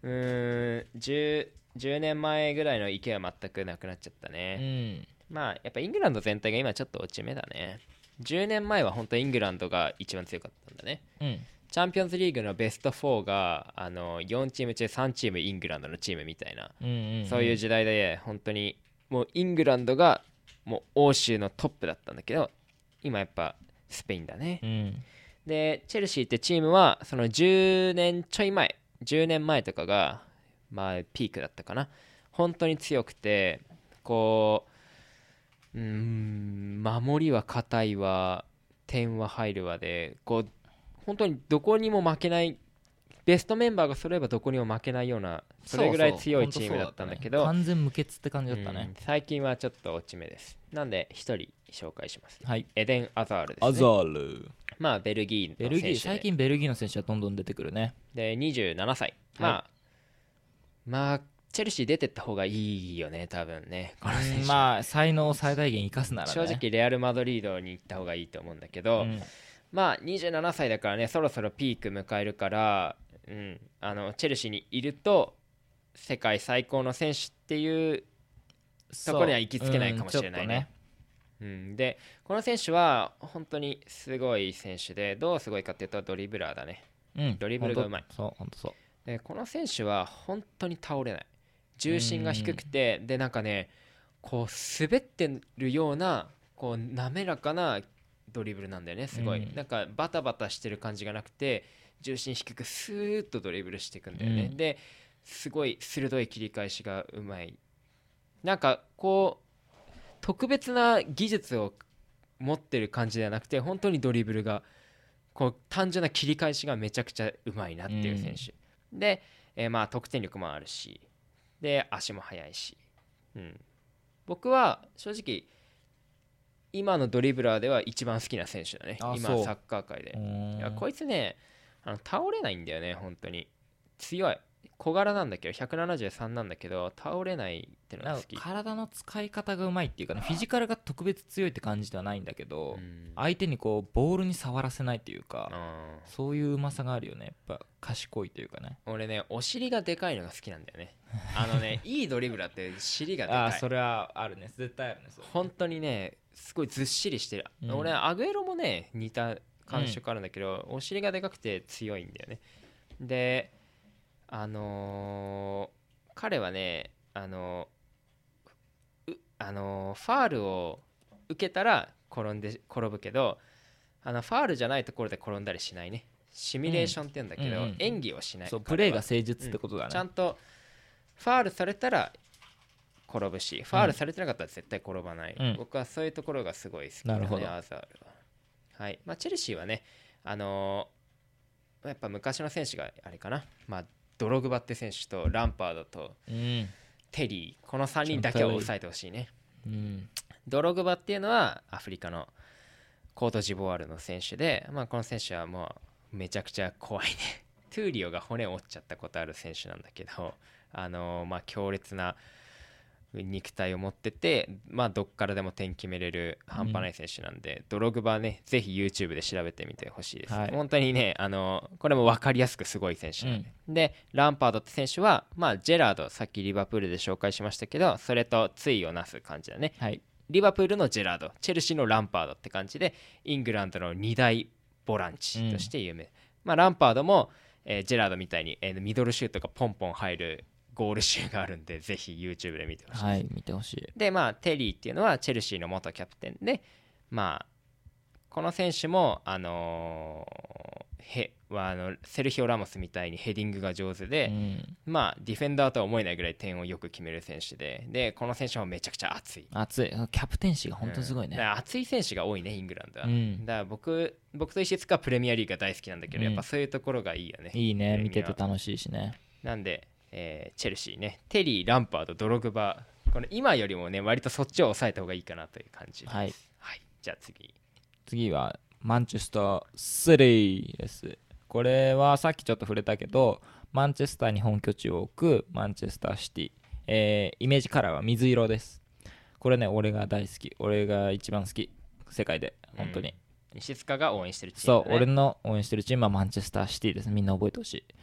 Speaker 1: うーん 10, 10年前ぐらいの勢いは全くなくなっちゃった
Speaker 2: う
Speaker 1: ね、
Speaker 2: ん
Speaker 1: まあやっぱイングランド全体が今ちょっと落ち目だね。じゅうねんまえは本当イングランドが一番強かったんだね。
Speaker 2: うん
Speaker 1: チャンピオンズリーグのベストフォーがあのよんチーム中さんチームイングランドのチームみたいな、
Speaker 2: うんうんうん
Speaker 1: そういう時代で本当にもうイングランドがもう欧州のトップだったんだけど、今やっぱスペインだね。
Speaker 2: うん
Speaker 1: でチェルシーってチームはそのじゅうねんちょい前じゅうねんまえとかがまあピークだったかな。本当に強くてこううーん守りは堅いわ点は入るわでこう本当にどこにも負けない、ベストメンバーが揃えばどこにも負けないようなそれぐらい強いチームだったんだけど、
Speaker 2: そうそう完全無欠って感じだったね
Speaker 1: うん。最近はちょっと落ち目です。なんで一人紹介します、
Speaker 2: はい
Speaker 1: エデン・アザールですね。
Speaker 2: アザール
Speaker 1: まあベルギー
Speaker 2: ベルギー
Speaker 1: の選手で
Speaker 2: 最近ベルギーの選手はどんどん出てくるね。
Speaker 1: でにじゅうななさい、まあまあチェルシー出てった方がいいよね多分ねこの選手、
Speaker 2: まあ才能を最大限生かすならね。
Speaker 1: 正直レアル・マドリードに行った方がいいと思うんだけど、
Speaker 2: うん
Speaker 1: まあにじゅうななさいだからねそろそろピーク迎えるから、うん、あのチェルシーにいると世界最高の選手っていうところには行きつけないかもしれないね。うん、でこの選手は本当にすごい選手で、どうすごいかっていうとドリブラーだね。
Speaker 2: うん
Speaker 1: ドリブルがうまい。
Speaker 2: そう本当そう。
Speaker 1: でこの選手は本当に倒れない、重心が低くて、でなんかねこう滑ってるようなこう滑らかなドリブルなんだよね。すごい、
Speaker 2: うん
Speaker 1: なんかバタバタしてる感じがなくて重心低くスーッとドリブルしていくんだよね、
Speaker 2: うん
Speaker 1: ですごい鋭い切り返しがうまい。なんかこう特別な技術を持ってる感じではなくて本当にドリブルがこう単純な切り返しがめちゃくちゃうまいなっていう選手、で、えーまあ得点力もあるしで足も速いし、うん、僕は正直今のドリブラーでは一番好きな選手だね
Speaker 2: あそう
Speaker 1: 今サッカー界で。いやこ
Speaker 2: い
Speaker 1: いつねあの倒れないんだよね。本当に強い小柄なんだけどひゃくななじゅうさんなんだけど倒れないってのが好き。
Speaker 2: 体の使い方がうまいっていうかね、フィジカルが特別強いって感じではないんだけど、
Speaker 1: うん
Speaker 2: 相手にこうボールに触らせないっていうか、
Speaker 1: あー
Speaker 2: そういううまさがあるよね。やっぱ賢いというかね。
Speaker 1: 俺ねお尻がでかいのが好きなんだよね。あのねいいドリブラーって尻がでかい。
Speaker 2: ああそれはあるね、絶対あるね。それ
Speaker 1: 本当にねすごいずっしりしてる、
Speaker 2: うん
Speaker 1: 俺アグエロもね似た感触あるんだけど、お尻がでかくて強いんだよね。であのー彼はねあのーうあのーファールを受けたら転んで転ぶけど、あのファールじゃないところで転んだりしないね。シミュレーションって言うんだけど、
Speaker 2: うんうんうん
Speaker 1: 演技をしない。
Speaker 2: そうプ
Speaker 1: 彼は
Speaker 2: レーが誠実ってことだね。
Speaker 1: ちゃんとファールされたら転ぶし、ファールされてなかったら絶対転ばない、
Speaker 2: うん
Speaker 1: 僕はそういうところがすごい好きだね。
Speaker 2: なるほど
Speaker 1: アザールは、はいまあ、チェルシーはね、あのーやっぱ昔の選手があれかな、まあ、ドログバって選手とランパードと
Speaker 2: うん
Speaker 1: テリー、このさんにんだけを抑えてほしいね。
Speaker 2: うん
Speaker 1: ドログバっていうのはアフリカのコートジボワールの選手で、まあ、この選手はもうめちゃくちゃ怖いね。トゥーリオが骨を折っちゃったことある選手なんだけど、あのーまあ強烈な肉体を持ってて、まあ、どっからでも点決めれる半端ない選手なんで、ドログバねぜひ YouTube で調べてみてほしいです、
Speaker 2: はい
Speaker 1: 本当にね、あのーこれも分かりやすくすごい選手なんで、でランパードって選手は、まあ、ジェラードさっきリバプールで紹介しましたけどそれと対をなす感じだね。
Speaker 2: はい
Speaker 1: リバプールのジェラード、チェルシーのランパードって感じでイングランドのに大ボランチとして有名、まあ、ランパードも、えージェラードみたいに、えーミドルシュートがポンポン入るゴール集があるんでぜひ YouTube で見てほしいです、
Speaker 2: はい見てほしい。
Speaker 1: でまあテリーっていうのはチェルシーの元キャプテンで、まあこの選手もあのーへはあのセルヒオ・ラモスみたいにヘディングが上手で、
Speaker 2: うん
Speaker 1: まあディフェンダーとは思えないぐらい点をよく決める選手で、でこの選手もめちゃくちゃ熱い、
Speaker 2: 熱いキャプテンシーが本当すごいね。
Speaker 1: うんだから熱い選手が多いねイングランドは、
Speaker 2: うん
Speaker 1: だから僕僕と石塚はプレミアリーグが大好きなんだけど、
Speaker 2: うん
Speaker 1: やっぱそういうところがいいよね。
Speaker 2: いいね、見てて
Speaker 1: た
Speaker 2: 楽しいしね。
Speaker 1: なんで、えーチェルシーねテリー、ランパード、ドログバ、この今よりもね割とそっちを抑えた方がいいかなという感じです。
Speaker 2: はい、
Speaker 1: はい、じゃあ次
Speaker 2: 次はマンチェスターシティです。これはさっきちょっと触れたけど、マンチェスターに本拠地を置くマンチェスターシティ、えーイメージカラーは水色です。これね俺が大好き、俺が一番好き世界で本当に、
Speaker 1: 西塚が応援してるチーム、ね、
Speaker 2: そう俺の応援してるチームはマンチェスターシティです。みんな覚えてほしい。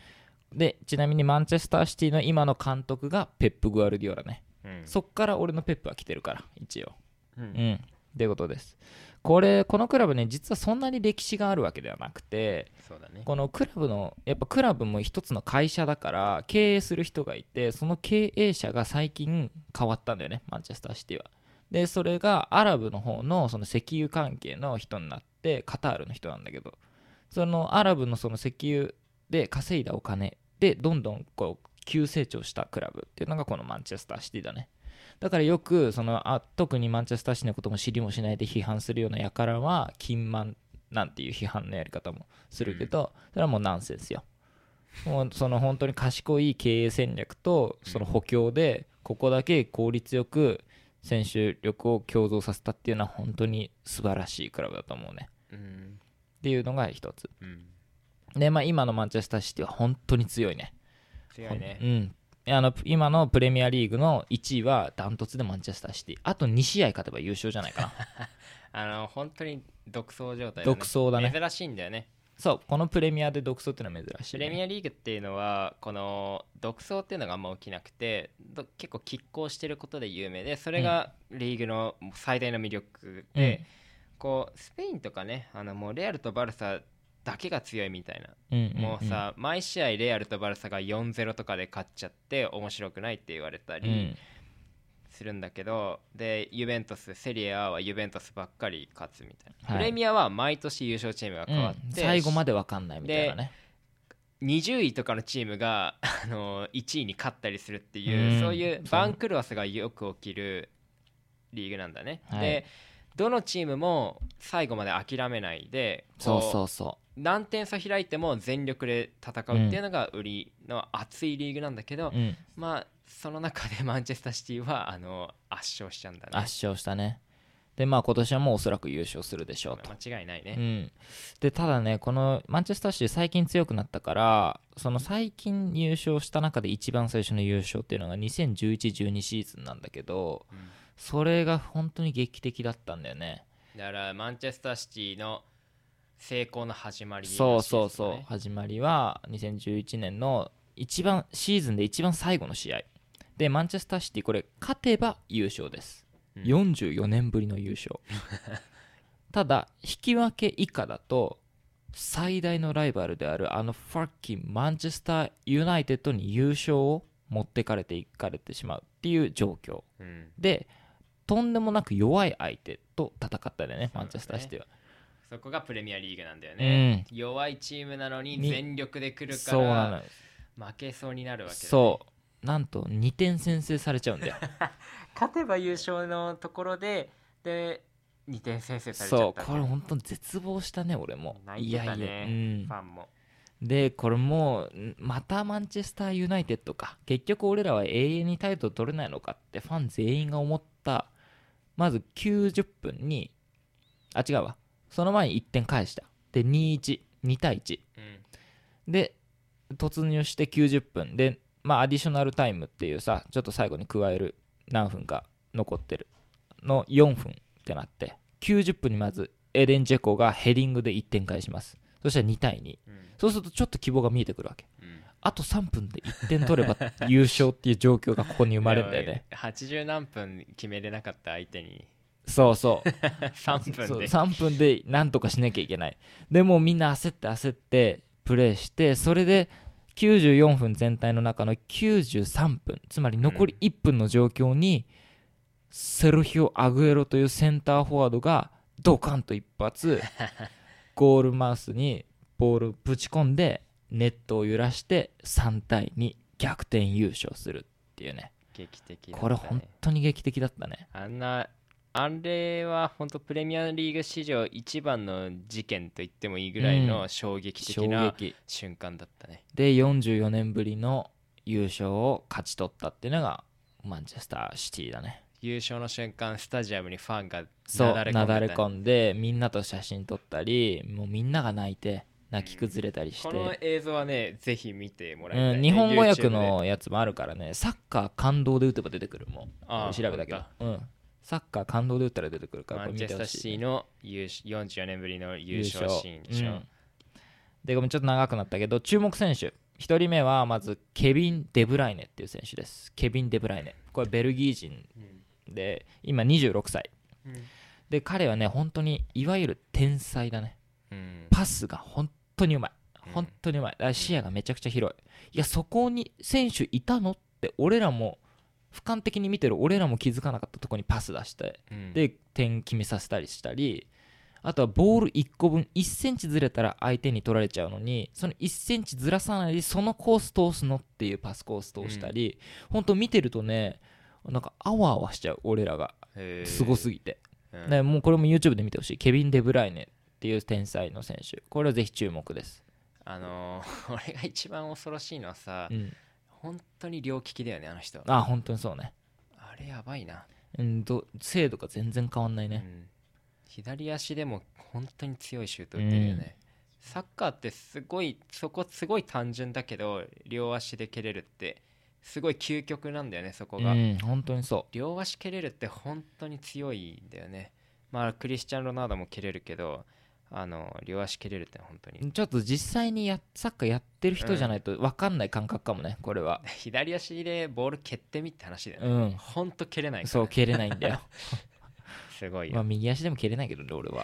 Speaker 2: でちなみにマンチェスターシティの今の監督がペップ・グアルディオラね、
Speaker 1: うん、
Speaker 2: そっから俺のペップは来てるから一応
Speaker 1: うん、
Speaker 2: うん、っていうことです。これこのクラブね実はそんなに歴史があるわけではなくて、
Speaker 1: そうだね、
Speaker 2: このクラブのやっぱクラブも一つの会社だから経営する人がいて、その経営者が最近変わったんだよね、マンチェスターシティは。でそれがアラブの方のその石油関係の人になって、カタールの人なんだけど、そのアラブのその石油で稼いだお金でどんどんこう急成長したクラブっていうのがこのマンチェスターシティだね。だからよくそのあ特にマンチェスターシティのことも知りもしないで批判するような輩は金満なんていう批判のやり方もするけど、それはもうナンセンスよ。もうその本当に賢い経営戦略とその補強でここだけ効率よく選手力を共存させたっていうのは本当に素晴らしいクラブだと思うね、
Speaker 1: うん、
Speaker 2: っていうのが一つ、
Speaker 1: うん、
Speaker 2: でまあ今のマンチェスターシティは本当に強いね。
Speaker 1: 強いね、
Speaker 2: うん、あの今のプレミアリーグのいちいはダントツでマンチェスターシティ、あとに試合勝てば優勝じゃないかな
Speaker 1: あの本当に独走状態だね。
Speaker 2: 独走だね。
Speaker 1: 珍しいんだよね。
Speaker 2: そうこのプレミアで独走っていうのは珍しい、ね、
Speaker 1: プレミアリーグっていうのはこの独走っていうのがあんま起きなくて、結構拮抗してることで有名で、それがリーグの最大の魅力で、うん、こうスペインとかね、あのもうレアルとバルサだけが強いみたいな、うんうんうん、もうさ毎試合レアルとバルサが よんたいゼロ とかで勝っちゃって面白くないって言われたりするんだけど、うん、でユベントス、セリエ A はユベントスばっかり勝つみたいな、はい、プレミアは毎年優勝チームが変わって、うん、
Speaker 2: 最後まで分かんないみたいなね。
Speaker 1: にじゅういとかのチームがあのいちいに勝ったりするっていう、うん、そういう番狂わせがよく起きるリーグなんだね、はい、でどのチームも最後まで諦めないで、
Speaker 2: そうそうそう
Speaker 1: 何点差開いても全力で戦うっていうのが売りの熱いリーグなんだけど、うん、まあその中でマンチェスターシティはあの圧勝しちゃうんだね。
Speaker 2: 圧勝したね。でまあ今年はもうおそらく優勝するでしょうと。
Speaker 1: 間違いないね、
Speaker 2: うん、でただねこのマンチェスターシティ最近強くなったから、その最近優勝した中で一番最初の優勝っていうのがにせんじゅういちじゅうにシーズンなんだけど、うん、それが本当に劇的だったんだよね。
Speaker 1: だからマンチェスターシティの成功の始まり、ね、
Speaker 2: そうそうそう始まりはにせんじゅういちねんの一番シーズンで一番最後の試合で、マンチェスターシティこれ勝てば優勝です、うん、よんじゅうよねんぶりの優勝ただ引き分け以下だと最大のライバルであるあのファッキンマンチェスターユナイテッドに優勝を持ってかれていかれてしまうっていう状況、うん、でとんでもなく弱い相手と戦ったんだよね、マンチェスターシティは。
Speaker 1: そこがプレミアリーグなんだよね、うん、弱いチームなのに全力で来るから負けそうになるわけだ、ね、
Speaker 2: そうなんとにてん先制されちゃうんだよ
Speaker 1: 勝てば優勝のところででにてん先制されちゃった。
Speaker 2: そうこれ本当に絶望したね俺も。
Speaker 1: 泣いてたね、いやいや、うん、ファンも。
Speaker 2: でこれもうまたマンチェスターユナイテッドか、結局俺らは永遠にタイトル取れないのかってファン全員が思った。まずきゅうじゅっぷんにあ違うわその前にいってん返した。で にたいいち にたいいち、うん、で突入してきゅうじゅっぷんで、まあアディショナルタイムっていうさちょっと最後に加える何分か残ってるのよんぷんってなって、きゅうじゅっぷんにまずエデン・ジェコがヘディングでいってん返します。そしたらにたいに、うん、そうするとちょっと希望が見えてくるわけ、うん、あとさんぷんでいってん取れば優勝っていう状況がここに生まれるんだよね
Speaker 1: はちじゅう何分決めれなかった相手に
Speaker 2: そうそう
Speaker 1: さんぷんで
Speaker 2: さんぷんで何とかしなきゃいけない。でもみんな焦って焦ってプレーして、それできゅうじゅうよんぷん全体の中のきゅうじゅうさんぷん、つまり残りいっぷんの状況に、うん、セルヒオ・アグエロというセンターフォワードがドカンと一発ゴールマウスにボールぶち込んでネットを揺らしてさんたいに逆転優勝するっていうね。
Speaker 1: 劇的だったね。
Speaker 2: これ本当に劇的だったね。
Speaker 1: あんなあれは本当プレミアリーグ史上一番の事件と言ってもいいぐらいの衝撃的な瞬間だったね、
Speaker 2: うん、でよんじゅうよねんぶりの優勝を勝ち取ったっていうのがマンチェスターシティだね。
Speaker 1: 優勝の瞬間スタジアムにファンが
Speaker 2: なだれ込んで、なだれ込んでみんなと写真撮ったり、もうみんなが泣いて泣き崩れたりして、うん、
Speaker 1: この映像はねぜひ見てもらいたい、ね、
Speaker 2: うん、日本語訳のやつもあるからね。サッカー感動で打てば出てくる。もう調べたけど、うん、サッカー感動で打ったら出てくるから、
Speaker 1: マンチェスターシティのよんじゅうよねんぶりの優勝シーンでしょ、うん、
Speaker 2: でごめんちょっと長くなったけど注目選手ひとりめはまずケビン・デブライネっていう選手です。ケビン・デブライネ、これベルギー人で今にじゅうろくさい、
Speaker 1: うん
Speaker 2: で彼はね本当にいわゆる天才だね。
Speaker 1: うん
Speaker 2: パスが本当にうまい、
Speaker 1: うん
Speaker 2: 本当にうまい。だから視野がめちゃくちゃ広い。いやそこに選手いたのって俺らも俯瞰的に見てる俺らも気づかなかったところにパス出して、
Speaker 1: うん
Speaker 2: で点決めさせたりしたり、あとはボールいっこぶんいっセンチずれたら相手に取られちゃうのに、そのいっセンチずらさないでそのコース通すのっていうパスコース通したり、本当見てるとねなんかあわあわしちゃう俺らが
Speaker 1: へー
Speaker 2: すごすぎて、
Speaker 1: うん
Speaker 2: ね、もうこれも YouTube で見てほしい。ケビン・デブライネっていう天才の選手、これはぜひ注目です。
Speaker 1: あのー俺が一番恐ろしいのはさ、
Speaker 2: うん、
Speaker 1: 本当に両利きだよねあの人。
Speaker 2: あ本当にそうね。
Speaker 1: あれやばいな、
Speaker 2: うんど精度が全然変わんないね。
Speaker 1: うん左足でも本当に強いシュート打ってるよね、サッカーってすごいそこすごい単純だけど両足で蹴れるってすごい究極なんだよねそこが、
Speaker 2: うん本当にそ
Speaker 1: 両足蹴れるって本当に強いんだよね。まあクリスチャン・ロナウドも蹴れるけどあの両足蹴れるって本当に
Speaker 2: う。ちょっと実際にやサッカーやってる人じゃないと分かんない感覚かもねこれは。
Speaker 1: 左足でボール蹴ってみって話だよね、
Speaker 2: うん
Speaker 1: 本当蹴れないから、
Speaker 2: そう蹴れないんだよ
Speaker 1: すごいよ、
Speaker 2: まあ右足でも蹴れないけどね俺は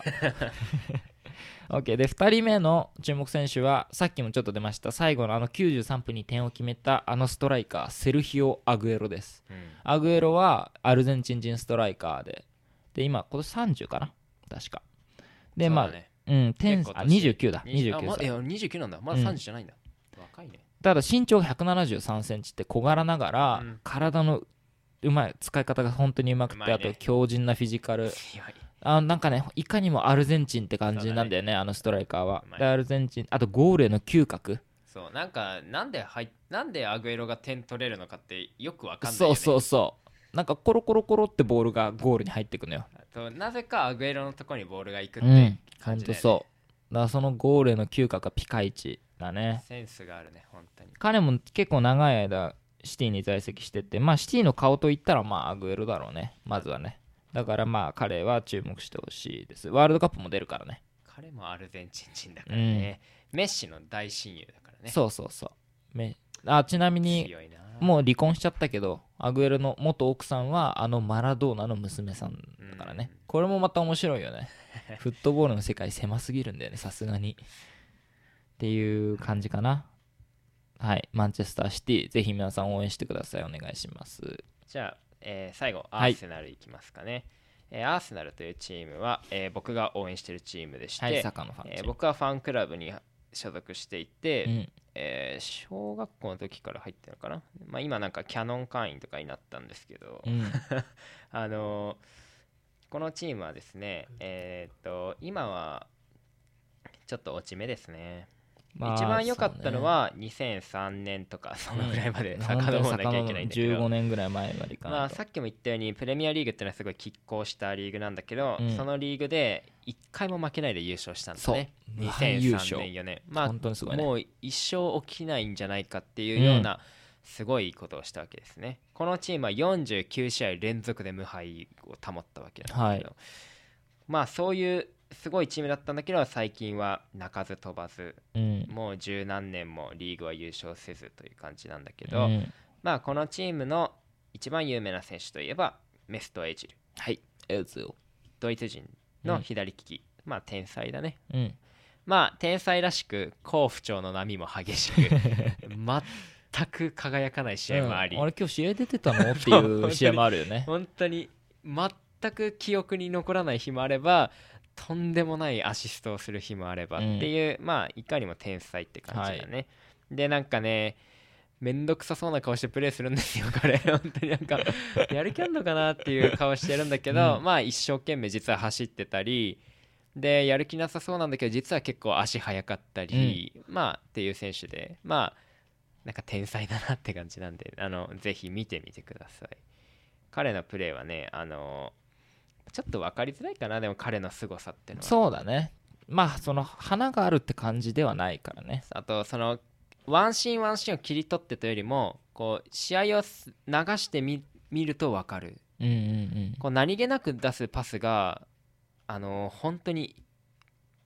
Speaker 2: OK でふたりめの注目選手はさっきもちょっと出ました最後のあのきゅうじゅうさんぷんに点を決めたあのストライカーセルヒオ・アグエロです。
Speaker 1: うん
Speaker 2: アグエロはアルゼンチン人ストライカーでで今今年さんじゅうかな確かでまあ
Speaker 1: そうだね
Speaker 2: うん点
Speaker 1: 結構年
Speaker 2: あにじゅうきゅうだ
Speaker 1: にじゅう
Speaker 2: にじゅうきゅう歳
Speaker 1: あまいやにじゅうきゅうなんだまださんじゅうじゃないんだ、若いね。
Speaker 2: ただ身長がひゃくななじゅうさんセンチって小柄ながら、
Speaker 1: うん
Speaker 2: 体のうまい使い方が本当にうまくて、
Speaker 1: うまいね
Speaker 2: あと強靭なフィジカル、
Speaker 1: 強い
Speaker 2: あなんかねいかにもアルゼンチンって感じなんだよねあのストライカーは
Speaker 1: うまい
Speaker 2: でアルゼンチンあとゴールへの嗅覚
Speaker 1: そうなんかなんで入っなんでアグエロが点取れるのかってよくわかんないよね。
Speaker 2: そうそうそうなんかコロコロコロってボールがゴールに入ってくのよ。
Speaker 1: あとなぜかアグエロのところにボールが行くっ
Speaker 2: うん
Speaker 1: て
Speaker 2: ほん
Speaker 1: 感じだよね、
Speaker 2: とそうだからそのゴールへの嗅覚がピカイチだね。
Speaker 1: センスがあるね本当に。
Speaker 2: 彼も結構長い間シティに在籍しててまあシティの顔といったらまあアグエロだろうねまずはね。だからまあ彼は注目してほしいです。ワールドカップも出るからね。
Speaker 1: 彼もアルゼンチン人だからね、メッシの大親友だからね。
Speaker 2: そうそうそうめあちなみに
Speaker 1: 強いな。
Speaker 2: もう離婚しちゃったけどアグエロの元奥さんはあのマラドーナの娘さんだからね、
Speaker 1: うん
Speaker 2: これもまた面白いよねフットボールの世界狭すぎるんだよねさすがにっていう感じかな。はいマンチェスターシティぜひ皆さん応援してくださいお願いします。
Speaker 1: じゃあ、えー最後ア
Speaker 2: はい
Speaker 1: ーセナルいきますかね、えーアーセナルというチームは、えー僕が応援しているチームでして、
Speaker 2: はいサッカーのファンチーム、
Speaker 1: えー僕はファンクラブに所属していて、
Speaker 2: うん
Speaker 1: えー小学校の時から入ってるのかな、まあ、今なんかキャノン会員とかになったんですけど、
Speaker 2: うん
Speaker 1: あのーこのチームはですね、えーっと今はちょっと落ち目ですね。
Speaker 2: まあ
Speaker 1: 一番良かったのはにせんさんねんとかそのぐらいまで遡らなきゃいけないんだけ
Speaker 2: じゅうご
Speaker 1: ど、
Speaker 2: ねんぐらい前までいか
Speaker 1: まあ、
Speaker 2: ないと、
Speaker 1: さっきも言ったようにプレミアリーグってのはすごい拮抗したリーグなんだけど、
Speaker 2: うん
Speaker 1: そのリーグでいっかいも負けないで優勝したんだね。
Speaker 2: そう無
Speaker 1: 2003
Speaker 2: 敗優勝
Speaker 1: 年よねんまあ
Speaker 2: 本当にすごいね
Speaker 1: もう一生起きないんじゃないかっていうようなすごいことをしたわけですね。このチームはよんじゅうきゅうしあい連続で無敗を保ったわけなんだけど、
Speaker 2: は
Speaker 1: まあそういうすごいチームだったんだけど最近は鳴かず飛ばず、
Speaker 2: うん
Speaker 1: もう十何年もリーグは優勝せずという感じなんだけど、
Speaker 2: うん
Speaker 1: まあこのチームの一番有名な選手といえばメスト・エイジル、
Speaker 2: はいエウズオ
Speaker 1: ドイツ人の左利き、まあ天才だね。
Speaker 2: うん
Speaker 1: まあ天才らしく好不調の波も激しく全く輝かない試合もあり、
Speaker 2: うん、あれ今日試合出てたのっていう試合もあるよね
Speaker 1: 本当に全く記憶に残らない日もあればとんでもないアシストをする日もあればっていう、まあいかにも天才って感じだね、でなんかねめんどくさそうな顔してプレーするんですよこれ本当になんかやる気あんのかなっていう顔してるんだけど、
Speaker 2: うん
Speaker 1: まあ一生懸命実は走ってたりでやる気なさそうなんだけど実は結構足速かったり、まあっていう選手でまあなんか天才だなって感じなんであのぜひ見てみてください。彼のプレーはねあのちょっと分かりづらいかなでも彼の凄さっていうのは
Speaker 2: そうだねまあその花があるって感じではないからね
Speaker 1: あとそのワンシーンワンシーンを切り取ってというよりもこう試合を流してみ見ると分かる
Speaker 2: うんうん
Speaker 1: こう何気なく出すパスがあの本当に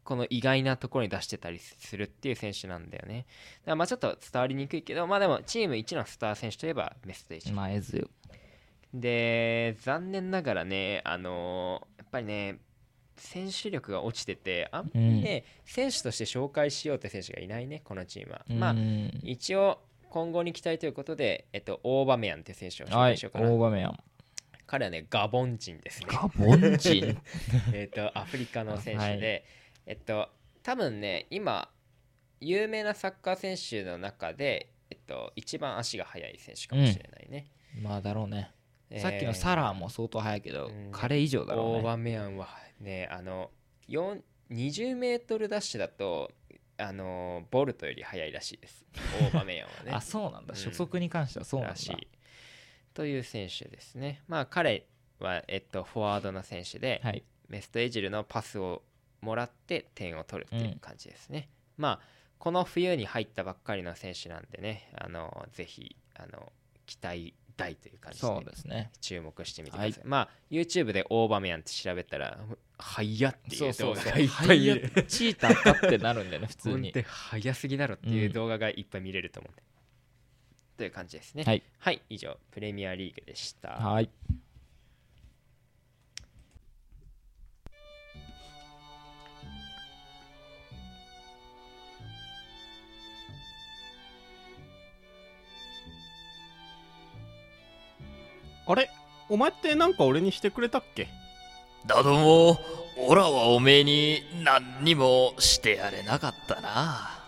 Speaker 1: この意外なところに出してたりするっていう選手なんだよね。だからまあちょっと伝わりにくいけど、まあでもチーム一のスター選手といえばメストエイジル。
Speaker 2: まあ、えずよ。
Speaker 1: で、残念ながらね、あのーやっぱりね、選手力が落ちてて、あんまりね、選手として紹介しようって選手がいないね、このチームは。まあ、
Speaker 2: うん
Speaker 1: 一応、今後に期待ということで、えっと、オーバメヤンっていう選手を紹
Speaker 2: はい、
Speaker 1: 介しようかな。
Speaker 2: 大場面やん。
Speaker 1: 彼はね、ガボン人ですね。
Speaker 2: ガボン人
Speaker 1: えっと、アフリカの選手で、
Speaker 2: はい
Speaker 1: えっと、多分ね、今、有名なサッカー選手の中で、えっと、一番足が速い選手かもしれないね。
Speaker 2: まあだろうね。
Speaker 1: えー
Speaker 2: さっきのサラーも相当速いけど、
Speaker 1: うん
Speaker 2: 彼以上だろうね。
Speaker 1: オーバメヤンはね、あの、よんにじゅうメートルダッシュだと、あのボルトより速いらしいです。オーバメヤンはね。
Speaker 2: あ、そうなんだ。
Speaker 1: うん
Speaker 2: 初速に関してはそうなんだ。
Speaker 1: らしい。という選手ですね。まあ彼は、えっと、フォワードの選手で、
Speaker 2: はい。
Speaker 1: メストエジルのパスをもらって点を取るっていう感じですね。まあこの冬に入ったばっかりの選手なんでね、あのぜひあの期待大という感じ
Speaker 2: そう
Speaker 1: で
Speaker 2: ですね。
Speaker 1: 注目してみてください。
Speaker 2: はい
Speaker 1: まあ YouTube でオーバメヤンって調べたら、速っっていう動画がいっぱ
Speaker 2: 速
Speaker 1: い見れる。
Speaker 2: チーターかってなるんだよね、普通に
Speaker 1: 本当。に速すぎだろっていう動画がいっぱい見れると思うんで。という感じですね。
Speaker 2: はい。
Speaker 1: はい、以上プレミアリーグでした。
Speaker 2: はい。
Speaker 3: あれお前ってなんか俺にしてくれたっけ？
Speaker 5: だども、オラはおめえに何にもしてやれなかったな。